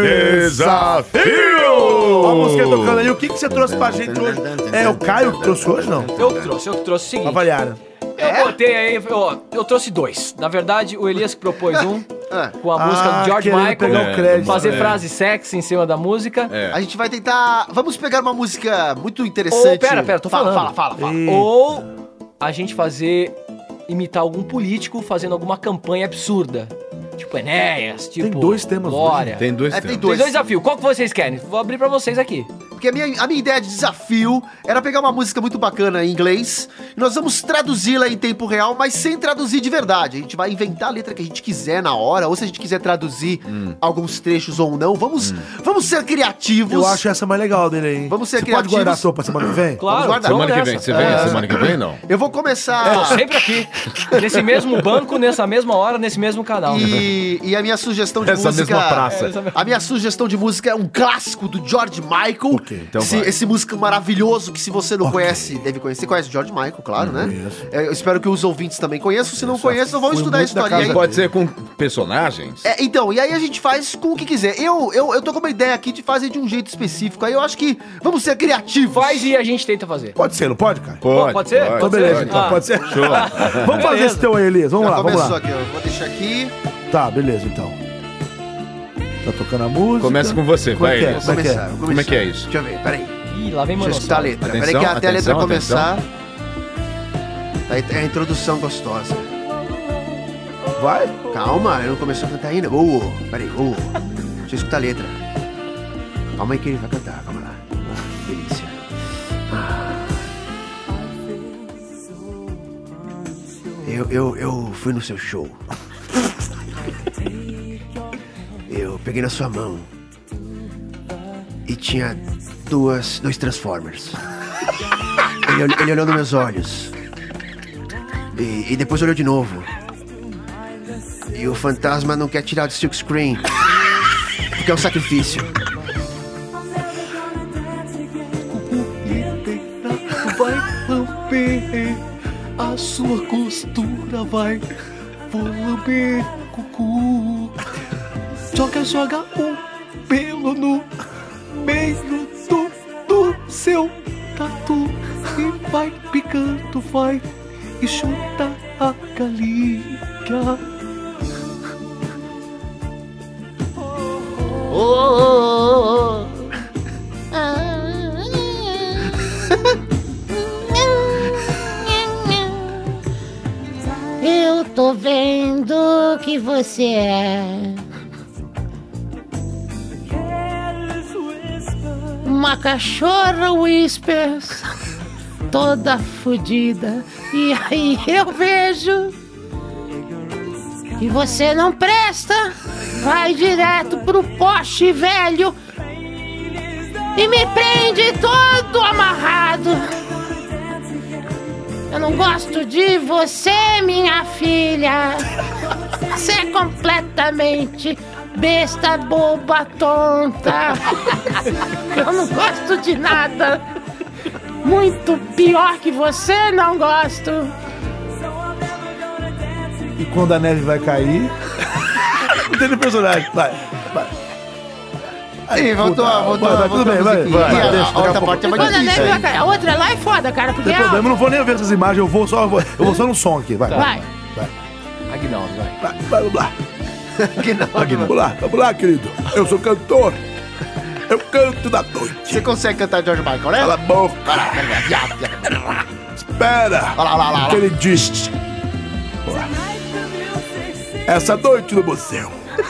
Desafio! Ó a música tocando aí. O que você trouxe pra gente hoje? É o Caio que trouxe hoje, não? Eu trouxe o seguinte. Avaliaram. Eu botei aí, ó, eu trouxe dois. Na verdade, o Elias que propôs um, com a música do George querendo Michael. pegar o crédito. Fazer É. frase sexy em cima da música. É. A gente vai tentar... Vamos pegar uma música muito interessante. Ou, pera, tô falando. Fala. Ih. Ou a gente imitar algum político fazendo alguma campanha absurda. Tipo Enéas, tipo... Tem dois temas Glória. Tem dois Tem temas. Tem dois desafios. Qual que vocês querem? Vou abrir pra vocês aqui. Porque a minha ideia de desafio era pegar uma música muito bacana em inglês e nós vamos traduzi-la em tempo real, mas sem traduzir de verdade. A gente vai inventar a letra que a gente quiser na hora, ou se a gente quiser traduzir alguns trechos ou não. Vamos ser criativos. Eu acho essa mais legal dele aí. Vamos ser Você pode criativos. guardar a sopa semana que vem? Claro, guardar. vamos Semana que vem, nessa. você vem? Semana que vem, não. Eu vou começar... Sempre aqui. Nesse mesmo banco, nessa mesma hora, nesse mesmo canal. E a minha sugestão de Essa música... mesma praça. A minha sugestão de música é um clássico do George Michael. Ok, então vai. Esse músico maravilhoso que se você não conhece, deve conhecer. Você conhece o George Michael, claro, né? Eu espero que os ouvintes também conheçam. Se não conhecem, vão fui estudar a muito da história casa aí. Pode ser com personagens? Então, e aí a gente faz com o que quiser. Eu tô com uma ideia aqui de fazer de um jeito específico. Aí eu acho que vamos ser criativos. Faz e a gente tenta fazer. Pode ser, não pode, cara? Pode ser? Então Pode beleza, ser? então Ah. pode ser. Show. Vamos fazer Beleza. esse teu aí, Elias. Vamos lá, vamos Começou lá. aqui, eu vou deixar aqui. Tá, beleza, então. Tá tocando a música. Começa com você, Como é vai, que é? Elias. Como é que é? Vou Como é que é isso? Deixa eu ver, peraí. Ih, lá vem Deixa eu escutar a Manossauro. letra. Atenção, Peraí que até a letra atenção, começar. Aí é a introdução gostosa. Vai? Calma, eu não começou a cantar ainda. Peraí, deixa eu escutar a letra. Calma aí que ele vai cantar, calma lá. Delícia. Eu fui no seu show. Eu peguei na sua mão. E tinha dois Transformers. Ele olhou nos meus olhos. E depois olhou de novo. E o fantasma não quer tirar do silkscreen. Porque é um sacrifício. Vai lamber a sua costura, vai. Vou lamber cucu. Joga um pelo no meio do seu tatu. E vai picando, vai. E chuta a galinha. Eu tô vendo que você é uma cachorra Whispers, toda fodida. E aí eu vejo que você não presta, vai direto pro poste velho e me prende todo amarrado. Eu não gosto de você, minha filha. Você é completamente besta, boba, tonta. Eu não gosto de nada. Muito pior que você, não gosto. E quando a neve vai cair... Não tem personagem. Vai. Aí, voltou. Tudo bem, vai. A outra parte é mais Quando a neve difícil. vai cair. A outra lá é foda, cara. Porque Não tem problema, eu não vou nem ver essas imagens, eu vou só no som aqui, vai. vai. Aguinaldo, vai. Vamos lá. Vamos lá, querido. Eu sou cantor. Eu canto da noite. Você consegue cantar George Michael, né? Cala a boca. Espera. Olha lá. O que ele disse. Essa noite no museu.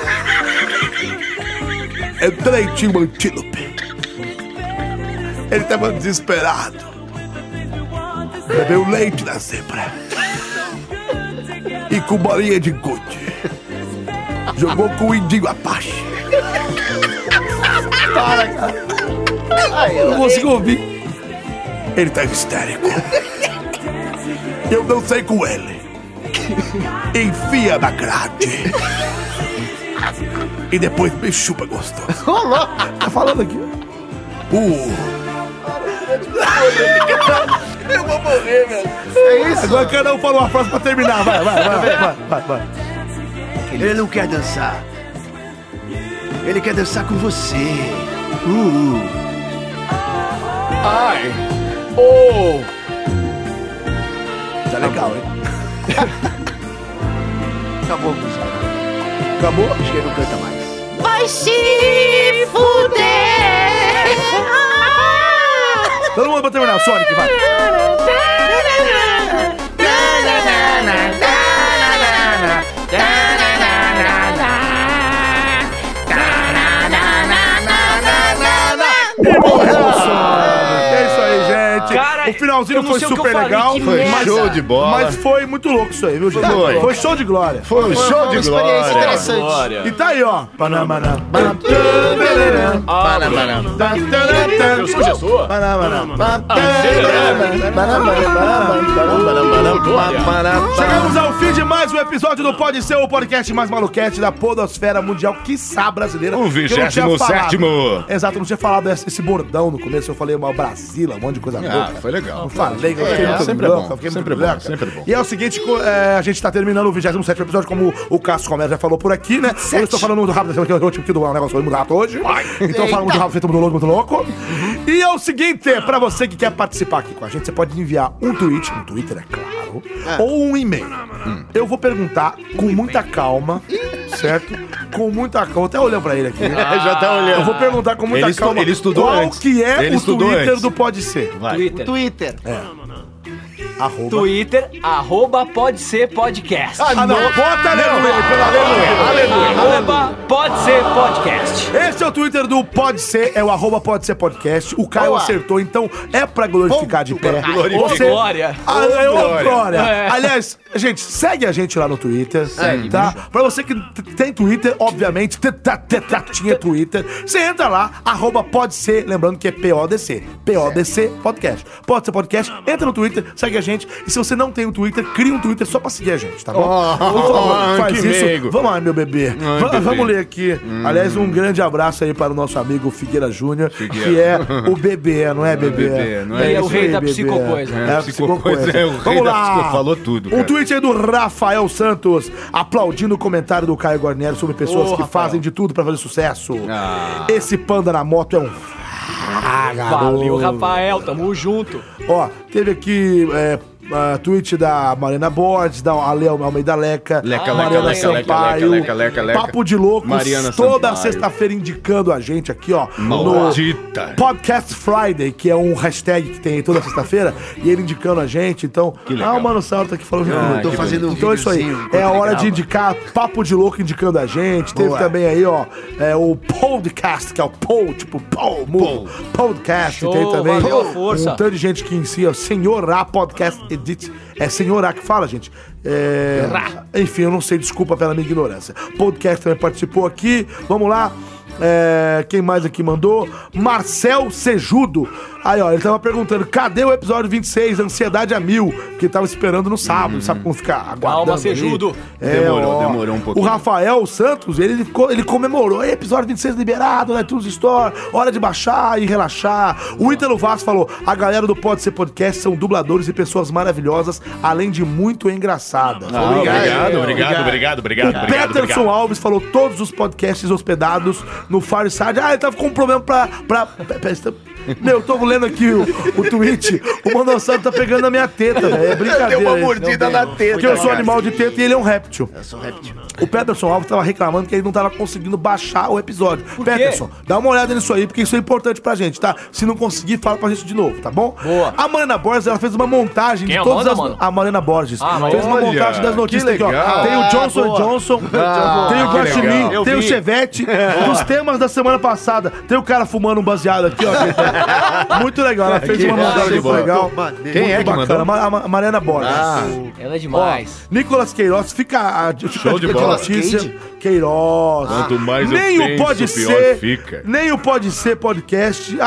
Entrei, tinha um antílope. Ele tava desesperado. Bebeu leite da zebra. E com bolinha de gude. Jogou com o indinho Apache. Para, cara. Aí, Eu não consigo ouvir. Ele tá histérico. Eu não sei com ele. Enfia na grade. E depois me chupa gostoso. Tá falando aqui. Eu vou morrer, velho. É isso. Agora cada um fala uma frase pra terminar. Vai. Ele não quer dançar. Ele quer dançar com você. Ai! Oh! Tá legal, hein? Acabou a música. Acabou? Acho que ele não canta mais. Vai se fuder. Todo mundo pra terminar. Sonic, vai. É isso aí, gente. Cara, o finalzinho eu não foi sei o que super eu falei, legal. que Foi merda. show de bola. Mas foi muito louco isso aí, viu, gente? Foi. Foi show de glória. Foi um show Uma de experiência glória. interessante. Glória. E tá aí, ó. Panamana. Eu sou gestor. Chegamos ao fim de mais um episódio do Pode Ser, o podcast mais maluquete da podosfera mundial, quiçá brasileira. O Que eu não tinha 27º. Exato, eu não tinha falado esse bordão no começo, eu falei mal Brasília, um monte de coisa louca. Foi legal. Não falei, eu fiquei muito sempre é louco, bom, eu fiquei sempre muito é bom, louco. sempre é bom. E é o seguinte, a gente tá terminando o 27º episódio, como o Cássio Romero já falou por aqui, né? Eu estou falando muito rápido, porque eu tive que dar um negócio muito rápido hoje. Então fala muito rápido, feito muito louco. E é o seguinte, pra você que quer participar aqui com a gente, você pode enviar um tweet, no Twitter, é claro, ou um e-mail. Eu vou perguntar com muita calma, certo? Com muita calma, até olhando pra ele aqui. Já tá olhando. Eu vou perguntar com muita calma Ele estudou qual antes. que é Ele o estudou Twitter antes. do Pode Ser. Twitter. Twitter. Twitter, pode ser podcast. Não, bota aleluia, pelo Aleluia. Pode ser podcast. Esse é o Twitter do Pode Ser, é o @pode ser podcast. O Caio acertou, então é pra glorificar de pé. Glória. Glória. Aliás, gente, segue a gente lá no Twitter, tá? Pra você que tem Twitter, obviamente, tinha Twitter, você entra lá, @pode ser, lembrando que é PODC podcast. Pode ser podcast, entra no Twitter, segue a gente, e se você não tem um Twitter, cria um Twitter só pra seguir a gente, tá bom? Por favor, faz isso. Meigo. Vamos lá, meu bebê. Vamos ler aqui. Aliás, um grande abraço aí para o nosso amigo Figueira Júnior, que é o bebê, não é bebê? Não Ele é o isso rei aí, da bebê. psicocoisa. É a psicocoisa. É o rei Vamos da lá. psico, falou tudo, cara. Um tweet aí do Rafael Santos, aplaudindo o comentário do Caio Guarnieri sobre pessoas que fazem de tudo pra fazer sucesso. Esse panda na moto é um... Valeu, Rafael, tamo junto. Ó, teve aqui tweet da Mariana Borges, da Ale Almeida Leca, Mariana Sampaio, Leca. Papo de Loucos, Mariana toda Sampaio. sexta-feira indicando a gente aqui, ó, Maldita. no Podcast Friday, que é um hashtag que tem toda sexta-feira, e ele indicando a gente, então, legal. o Mano Saulo tá aqui falando Tô fazendo um então é isso aí, videozinho, é a hora legal. de indicar Papo de Louco indicando a gente, teve Boa. também aí, ó, o podcast, que é o podcast, Show, tem também valeu, força. um tanto de gente que inicia, Senhor A Podcast Edit, é Senhor A que fala, gente. Enfim, eu não sei, desculpa pela minha ignorância. Podcast também participou aqui, vamos lá. Quem mais aqui mandou? Marcel Sejudo. Aí, ó, ele tava perguntando, cadê o episódio 26, Ansiedade a Mil? Que ele tava esperando no sábado, sabe como ficar aguardando. Calma, Sejudo. Demorou um pouquinho. O Rafael Santos, ele comemorou, episódio 26 liberado, né, iTunes Store, hora de baixar e relaxar. O Ítalo Vaz falou, a galera do Pode Ser Podcast são dubladores e pessoas maravilhosas, além de muito engraçadas. Obrigado. O Peterson Alves falou todos os podcasts hospedados no Fireside. Ele tava com um problema pra Meu, eu tô lendo aqui o tweet. O Manossauro tá pegando na minha teta, velho. É brincadeira. Deu uma isso. mordida na teta. Porque eu sou animal de teta e ele é um réptil. Eu sou réptil. O Peterson Alves tava reclamando que ele não tava conseguindo baixar o episódio. quê? Peterson, dá uma olhada nisso aí, porque isso é importante pra gente, tá? Se não conseguir, fala pra gente de novo, tá bom? Boa. A Mariana Borges, ela fez uma montagem Quem de é a todas Amanda, as... mano? A Mariana Borges. Fez uma olha, montagem das notícias que aqui, ó. legal. Tem o Johnson boa. Johnson, tem o Guaxinim, Eu tem o vi. Chevette, dos temas da semana passada. Tem o cara fumando um baseado aqui, ó. gente. Muito legal, ela fez uma montagem muito boa. legal. Quem é que Bacana, mandou? a Mariana Borges. Ela é demais. Nicolas Queiroz, fica a Show de dica bola. notícia. Queiroz. Quanto mais eu nem o penso, Pode pior Ser, fica. nem o Pode Ser podcast.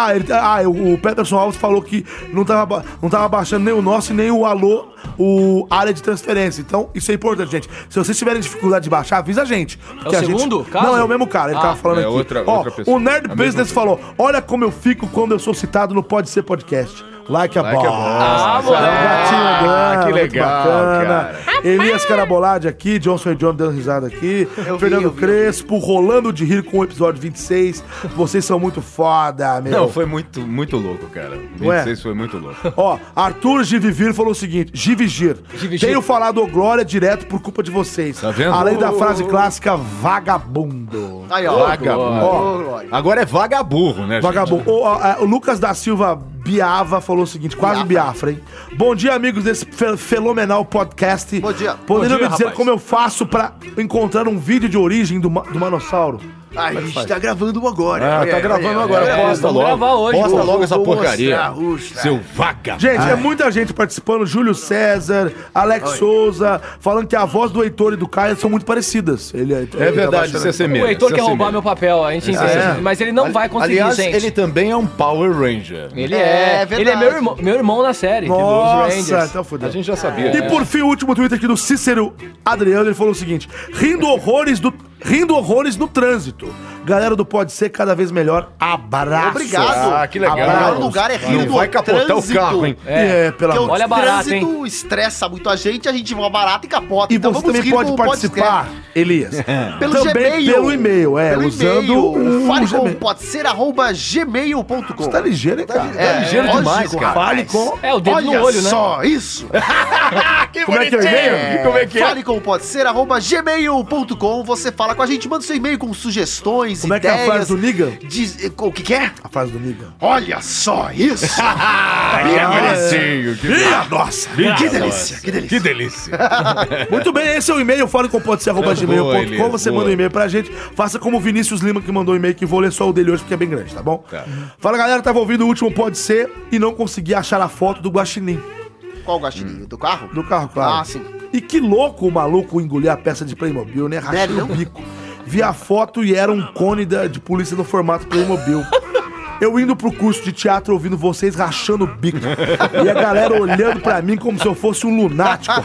O Peterson Alves falou que não tava baixando nem o nosso e nem o Alô, o área de transferência. Então, isso é importante, gente. Se vocês tiverem dificuldade de baixar, avisa a gente. É o segundo caso? Não, é o mesmo cara. Ele tava falando é aqui. outra Ó, pessoa. o Nerd A mesma Business falou: olha como eu fico quando eu sou citado no Pode Ser podcast. Like a Like a boss. boss. Gatinho, que muito legal, bacana. cara. Elias Carabolade aqui, Johnson e John dando risada aqui. Fernando Crespo, rolando de rir com o episódio 26. Vocês são muito foda, meu. Não, foi muito, muito louco, cara. Não é? 26 foi muito louco. Ó, Arthur Givivir falou o seguinte: Givigir, tenho falado Glória direto por culpa de vocês. Tá vendo? Além da frase clássica, vagabundo. Aí, ó. Vagabundo. Ó, Agora é vagaburro, né, gente? vagabundo. O Lucas da Silva Biava falou o seguinte, quase Biafra, hein? Bom dia, amigos desse fenomenal podcast. Bom dia. Poderiam Bom dia, me dizer rapaz. como eu faço pra encontrar um vídeo de origem do Manossauro? A gente tá gravando um agora. Tá gravando agora, posta vamos logo. gravar hoje. Posta logo essa Vou porcaria. mostrar. Seu vaga. Gente, é muita gente participando. Júlio César, Alex Souza, falando que a voz do Heitor e do Caio são muito parecidas. É verdade, isso é ser mesmo. O Heitor isso é quer ser roubar mesmo. meu papel, a gente entende. Mas ele não vai conseguir, Aliás, gente. ele também é um Power Ranger. Ele É é. verdade. Ele é meu irmão na série. dos Nossa, Rangers. então fodeu. A gente já sabia. E por fim, o último tweet aqui do Cícero Adriano, ele falou o seguinte: rindo horrores no trânsito. Galera do Pode Ser cada vez melhor. Abraço. Obrigado. Ah, que legal. O melhor lugar é rir Não no vai capotar trânsito. o carro, hein? Pelo Porque amor. Olha a barata, trânsito estressa muito a gente vai barata e capota. E Então você vamos também rir pode no participar, Elias. Pelo também Gmail. pelo e-mail, Pelo usando e-mail, o fale com Gmail. pode ser @gmail.com. Você tá ligeiro, hein, cara? É, ligeiro lógico, demais, cara. rapaz. Fale com... É, o dedo Olha no olho, né? só isso. Como é que é o e-mail? Fale com pode ser @gmail.com. Você fala com a gente, manda seu e-mail com sugestões, sugestões, Como ideias. é que é a frase do Niga? O que é? A frase do Niga. Olha só isso! Bonitinho, Nossa! Que delícia, que delícia. Que delícia. Muito bem, esse é o e-mail, falecompodc@gmail.com. Você manda um e-mail pra gente. Faça como o Vinícius Lima, que mandou um e-mail, que vou ler só o dele hoje, porque é bem grande, tá bom? Fala, galera, tava ouvindo o último Pode Ser e não consegui achar a foto do Guaxinim. Qual guaxinim? Do carro? Do carro, claro. Ah, sim. E que louco o maluco engolir a peça de Playmobil, né? Rachei Sério? o bico. Vi a foto e era um cone de polícia no formato Playmobil. Eu indo pro curso de teatro ouvindo vocês rachando o bico. E a galera olhando pra mim como se eu fosse um lunático.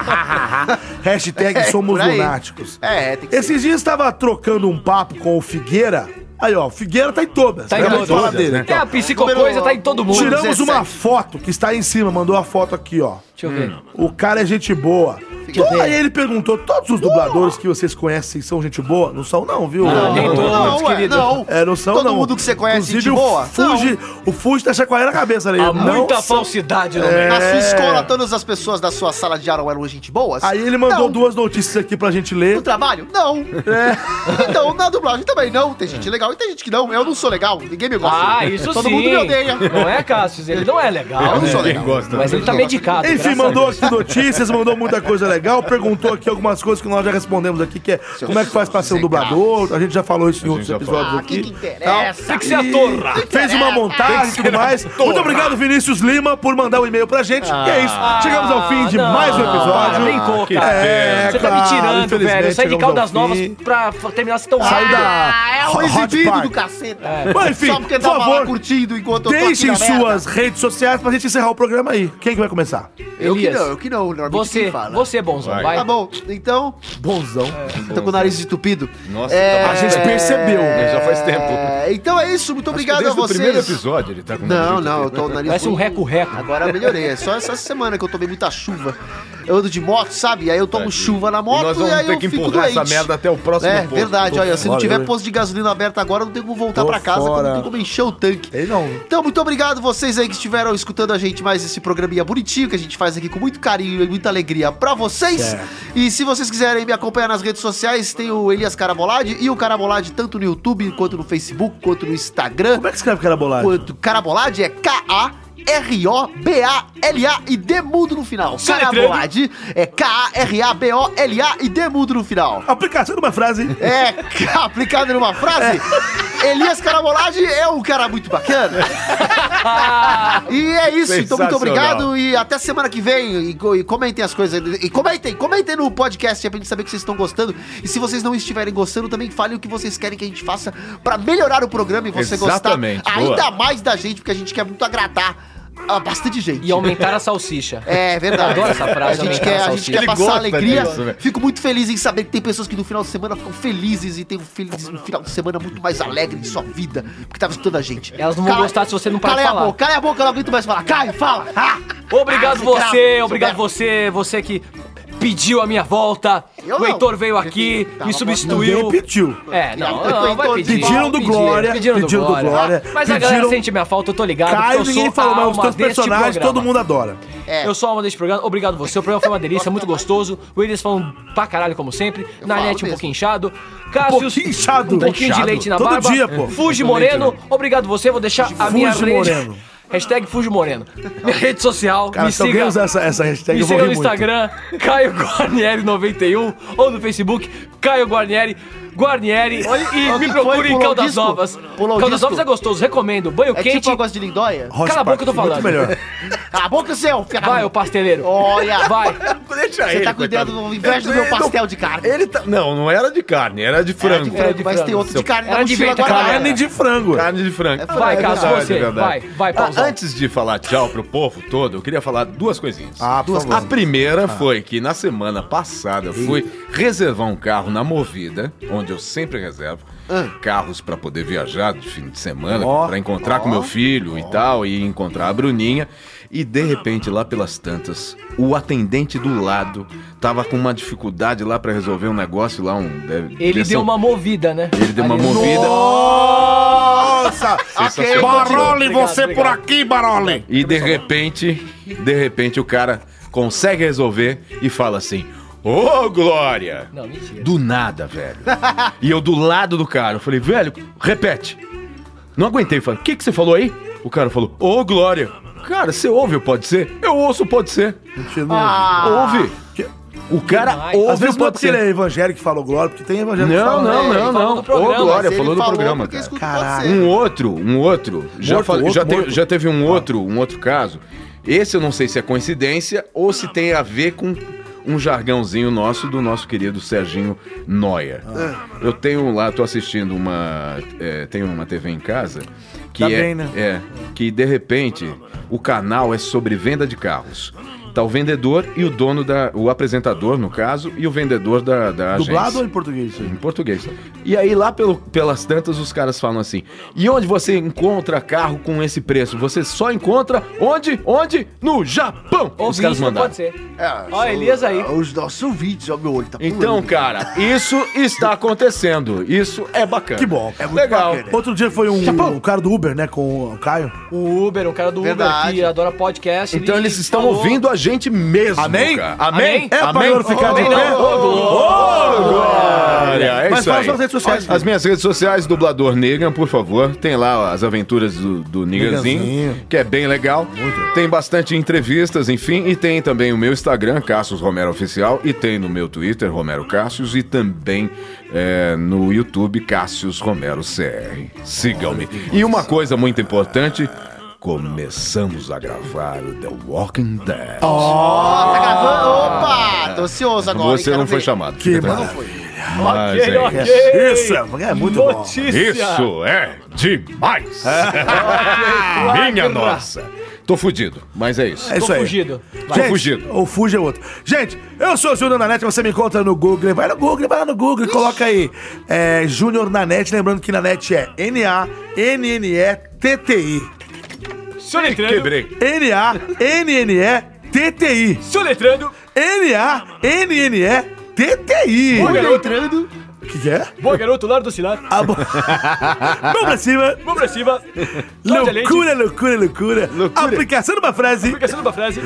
Hashtag somos por aí. lunáticos. Tem que ser. Esses dias estava trocando um papo com o Figueira. Aí, ó, o Figueira tá em todas. Tá em Acabei de todas, falar dele. né? Então. É, a psicocoisa tá em todo mundo. Tiramos 17. uma foto que está aí em cima, mandou a foto aqui, ó. Deixa eu ver. O cara é gente boa. Aí ele perguntou: todos os dubladores que vocês conhecem são gente boa? Não são, não, viu? Nem todos, querido. Não. Não são, Todo não. mundo que você conhece Inclusive, gente boa? O Fuji tá chacoalhando a cabeça ali. Há Não muita são- falsidade no meio. Na sua escola, todas as pessoas da sua sala de aula eram gente boas? Aí ele mandou Não. duas notícias aqui pra gente ler. No trabalho? Não. Então, na dublagem também não. Tem gente legal e tem gente que não. Eu não sou legal, ninguém me gosta. Ah, isso Todo sim. mundo me odeia. Não é, Cassius? Ele não é legal. Eu não sou Quem legal. gosta? Mas ele tá medicado. Enfim, graças a mandou Deus. aqui notícias, mandou muita coisa legal, perguntou aqui algumas coisas que nós já respondemos aqui, que é como é que faz pra ser um dublador, a gente já falou isso em outros já episódios Ah, que aqui. interessa? Tem que ser ator. Fez uma montagem e tudo mais. Muito obrigado, Vinícius Lima, por mandar um e-mail pra gente. E é isso. Chegamos ao fim de não, mais um episódio. brincou, cara. É, Você tá me claro, tirando, infelizmente, velho. Eu saí de chegamos Caldas ao Novas fim. pra terminar assim tão Saiu rápido. da É um Hot exibido Park. do caceta. Bom, enfim, Só porque por tava lá favor, curtindo enquanto eu tô aqui deixem na merda. suas redes sociais pra gente encerrar o programa aí. Quem que vai começar? Elias, Eu que não, normalmente quem fala. Você, bonzão, vai. Tá bom, então, Bonzão. tô com o nariz entupido. Nossa, A gente percebeu. já faz tempo. Então é isso, muito obrigado a Desde o primeiro vocês. episódio ele tá com Não, eu tô o nariz Parece um ruim. reco-reco. Agora eu melhorei. É só essa semana que eu tomei muita chuva. Eu ando de moto, sabe? E aí eu tomo chuva na moto E nós e, vamos aí ter eu que fico empurrar doente. essa merda até o próximo É, posto. verdade. Olha, se não fora, tiver eu- posto de gasolina aberto agora, eu não tenho como voltar Tô pra casa, fora. não tenho como encher o tanque. Ele não. Então, muito obrigado vocês aí que estiveram escutando a gente mais esse programinha bonitinho que a gente faz aqui com muito carinho e muita alegria pra vocês. Certo. E se vocês quiserem me acompanhar nas redes sociais, tem o Elias Carabolade e o Carabolade tanto no YouTube, quanto no Facebook, quanto no Instagram. Como é que escreve carabolagem? Quanto Carabolade é K-A-R-O-B-A-L-A e D mudo no final. Carabolade é K-A-R-A-B-O-L-A e D mudo no final. Aplicação de uma frase. É, aplicado numa frase, Elias Carabolade é um cara muito bacana. E é isso, então muito Sensacional. obrigado e até semana que vem. E comentem as coisas. E comentem no podcast pra gente saber que vocês estão gostando. E se vocês não estiverem gostando, também falem o que vocês querem que a gente faça pra melhorar o programa e você Exatamente, gostar boa. ainda mais da gente, porque a gente quer muito agradar a bastante gente. E aumentar a salsicha. É verdade. Eu adoro essa frase, A gente aumentar a quer salsicha. passar Ele gosta alegria. disso, velho. Fico muito feliz em saber que tem pessoas que no final de semana ficam felizes e tem um final de semana muito mais alegre em sua vida, porque tava escutando a gente. Elas não vão gostar se você não parar de falar. Cala a boca, eu não aguento mais falar. Caio, fala. Obrigado esse você, cravo, obrigado souber. você que pediu a minha volta. Eu O não. Heitor veio aqui, Tava me substituiu. Ninguém pediu. É, não, Eu tô não, vai Heitor pedir. Pediram do Pedir, Glória, pediram pediram do Glória, Mas a pediram- galera sente minha falta, eu tô ligado. Caio, porque eu ninguém sou falou, a mas os alma teus deste personagens programa. todo mundo adora. Eu sou a alma deste programa, obrigado você. O programa foi uma delícia, muito gostoso. O Elias falando pra caralho, como sempre. Na falo net um mesmo. pouquinho inchado. Cássio, pouquinho inchado. um pouquinho de leite na Todo barba. dia, pô. Fuji Moreno, obrigado você. Vou deixar a minha Fuji rede. Moreno. Hashtag Fuji Moreno. Minha rede social, Cara, me se alguém siga. usar essa hashtag, Me eu vou siga no rir muito. Instagram, Caio Guarnieri91, ou no Facebook, Caio Guarnieri, Guarnieri, Oi, e o me que procure foi? em Pulou o Caldas disco? Novas. Pulou o Caldas disco? Novas é gostoso, recomendo. Banho É quente. tipo água de lindóia? Cala a boca, eu tô falando. Muito melhor. Cala a boca, seu. filha da Vai, mãe. ô pasteleiro. Olha, Vai. Deixa você tá cuidando do inveja do meu pastel de carne. Ele tá... Não era de carne, era de frango. De frango, de mas frango. tem outro de carne na Era de mochila vento, agora. cara. Carne de frango. Carne de frango. Vai, Cássio, verdade, você. verdade. Vai, pauzão. Antes de falar tchau pro povo todo, eu queria falar duas coisinhas. Por favor. A primeira foi que na semana passada eu fui reservar um carro na Movida, onde eu sempre reservo carros pra poder viajar de fim de semana, Ó. pra encontrar com meu filho e tal, e encontrar a Bruninha. E de repente, lá pelas tantas, o atendente do lado tava com uma dificuldade lá pra resolver um negócio lá. Ele deu uma movida, né? Ele deu uma Ali. movida. Nossa! Baroli, Obrigado, você por obrigado. aqui, Baroli. E de repente o cara consegue resolver e fala assim: Ô, Glória! Não, mentira. Do nada, velho. E eu do lado do cara. Eu falei, velho, repete. Não aguentei. Falei, o que você falou aí? O cara falou, ô, Glória. Cara, você ouve o Pode Ser? Eu ouço o Pode Ser. Ouve. O cara ouve. Às vezes o não é Pode porque ele Ser. é evangélico que falou glória, porque tem evangélico que fala. Não. Ô, Glória, falou no programa, porque cara. escuta Caralho. Um Um outro. Já teve um outro caso. Esse eu não sei se é coincidência ou se tem a ver com um jargãozinho nosso do nosso querido Serginho Noia. Eu tenho lá, tô assistindo tenho uma TV em casa que Tá bem, né? que de repente o canal é sobre venda de carros. Tá o vendedor e o dono o apresentador, no caso, e o vendedor da agência. Dublado ou em português? Em português. E aí lá pelas tantas os caras falam assim, e onde você encontra carro com esse preço? Você só encontra onde? No Japão! Os Ouvinte, caras não mandaram. pode ser. É, Ó, Elias aí. Os nossos ouvintes, ó, meu olho tá Então, pulando. cara, isso está acontecendo. Isso é bacana. Que bom. É muito Legal. bacana. Outro dia foi um cara do Uber, né, com o Caio. O Uber, um cara do Verdade. Uber que adora podcast. Então ele eles estão falou- ouvindo a gente mesmo, Amém? cara. Amém? É pra glorificar de Amém, pé? não. Ô, Glória! É Mas isso fala aí. suas redes sociais. As minhas redes sociais, dublador Negan, por favor. Tem lá as aventuras do Neganzinho, Neganzinho. que é bem legal. Tem bastante entrevistas, enfim. E tem também o meu Instagram, Cassius Romero Oficial. E tem no meu Twitter, Romero Cassius. E também no YouTube, Cassius Romero CR. Sigam-me. E uma coisa muito importante... Começamos a gravar o The Walking Dead. Tá gravando? Opa! Tô ansioso agora. Você hein, não quero foi ver. chamado. Que Fica maravilha. tranquilo. Mas Ok, é ok. Isso, é muito bom. Notícia. Isso é demais! Minha nossa! Tô fudido, mas é isso. É isso Tô aí. fugido. Gente, fugido. Ou fuge é outro. Gente, eu sou o Júnior Nanete, você me encontra no Google. Vai lá no Google e coloca aí Júnior Nanete, lembrando que Nanete é N-A-N-N-E-T-T-I. Soletrando. Quebrei. N-A-N-N-E-T-T-I. Soletrando. N-A-N-N-E-T-T-I. Boa, garoto. Entrando. O que é? Boa, garoto. Largo do Cilar. Ah, bom. Vamos pra cima. Vamos pra cima. Cláudia Leite. Loucura. Aplicação de uma frase. Aplicação de uma frase.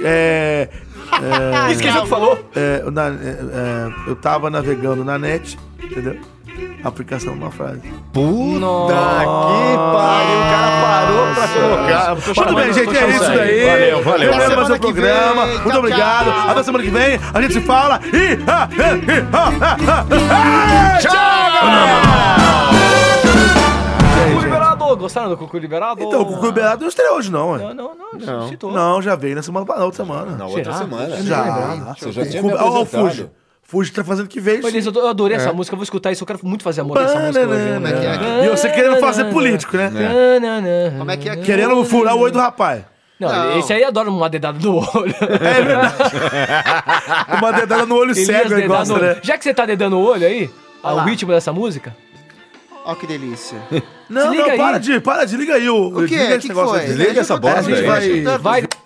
É, Esqueceu o que falou. eu tava navegando na net, entendeu? Aplicação de uma frase. Puta que pariu, o cara parou pra colocar. Muito bem, gente, é isso daí. Valeu. Terminamos mais um Semana que programa. vem. Muito Tchau, obrigado. tchau. Até semana que vem. A gente se fala. Tchau! Cucu liberado. Gostaram do Cucu liberado? Então, o Cucu Liberado não estreia hoje, não. Não. Citou. Não, já veio na outra semana. Na outra semana. Já. Você já tinha me Ó, o apresentado. Fuji. Fuji tá fazendo que veio. Ô, Elias, eu adorei essa música, eu vou escutar isso, eu quero muito fazer amor nessa música hoje. Como é que é? E você querendo fazer político, né? Como é que é? Querendo furar o olho do rapaz. Não, esse aí adora uma dedada no olho. É verdade. Uma dedada no olho Elias cego, ele dedar gosta, no olho. né? Já que você tá dedando o olho aí, o lá. ritmo dessa música, Ó que delícia. Não, Desliga não, aí. para de liga aí. O quê? Desliga esse Que negócio foi? aí. Desliga essa bosta A gente aí. vai... vai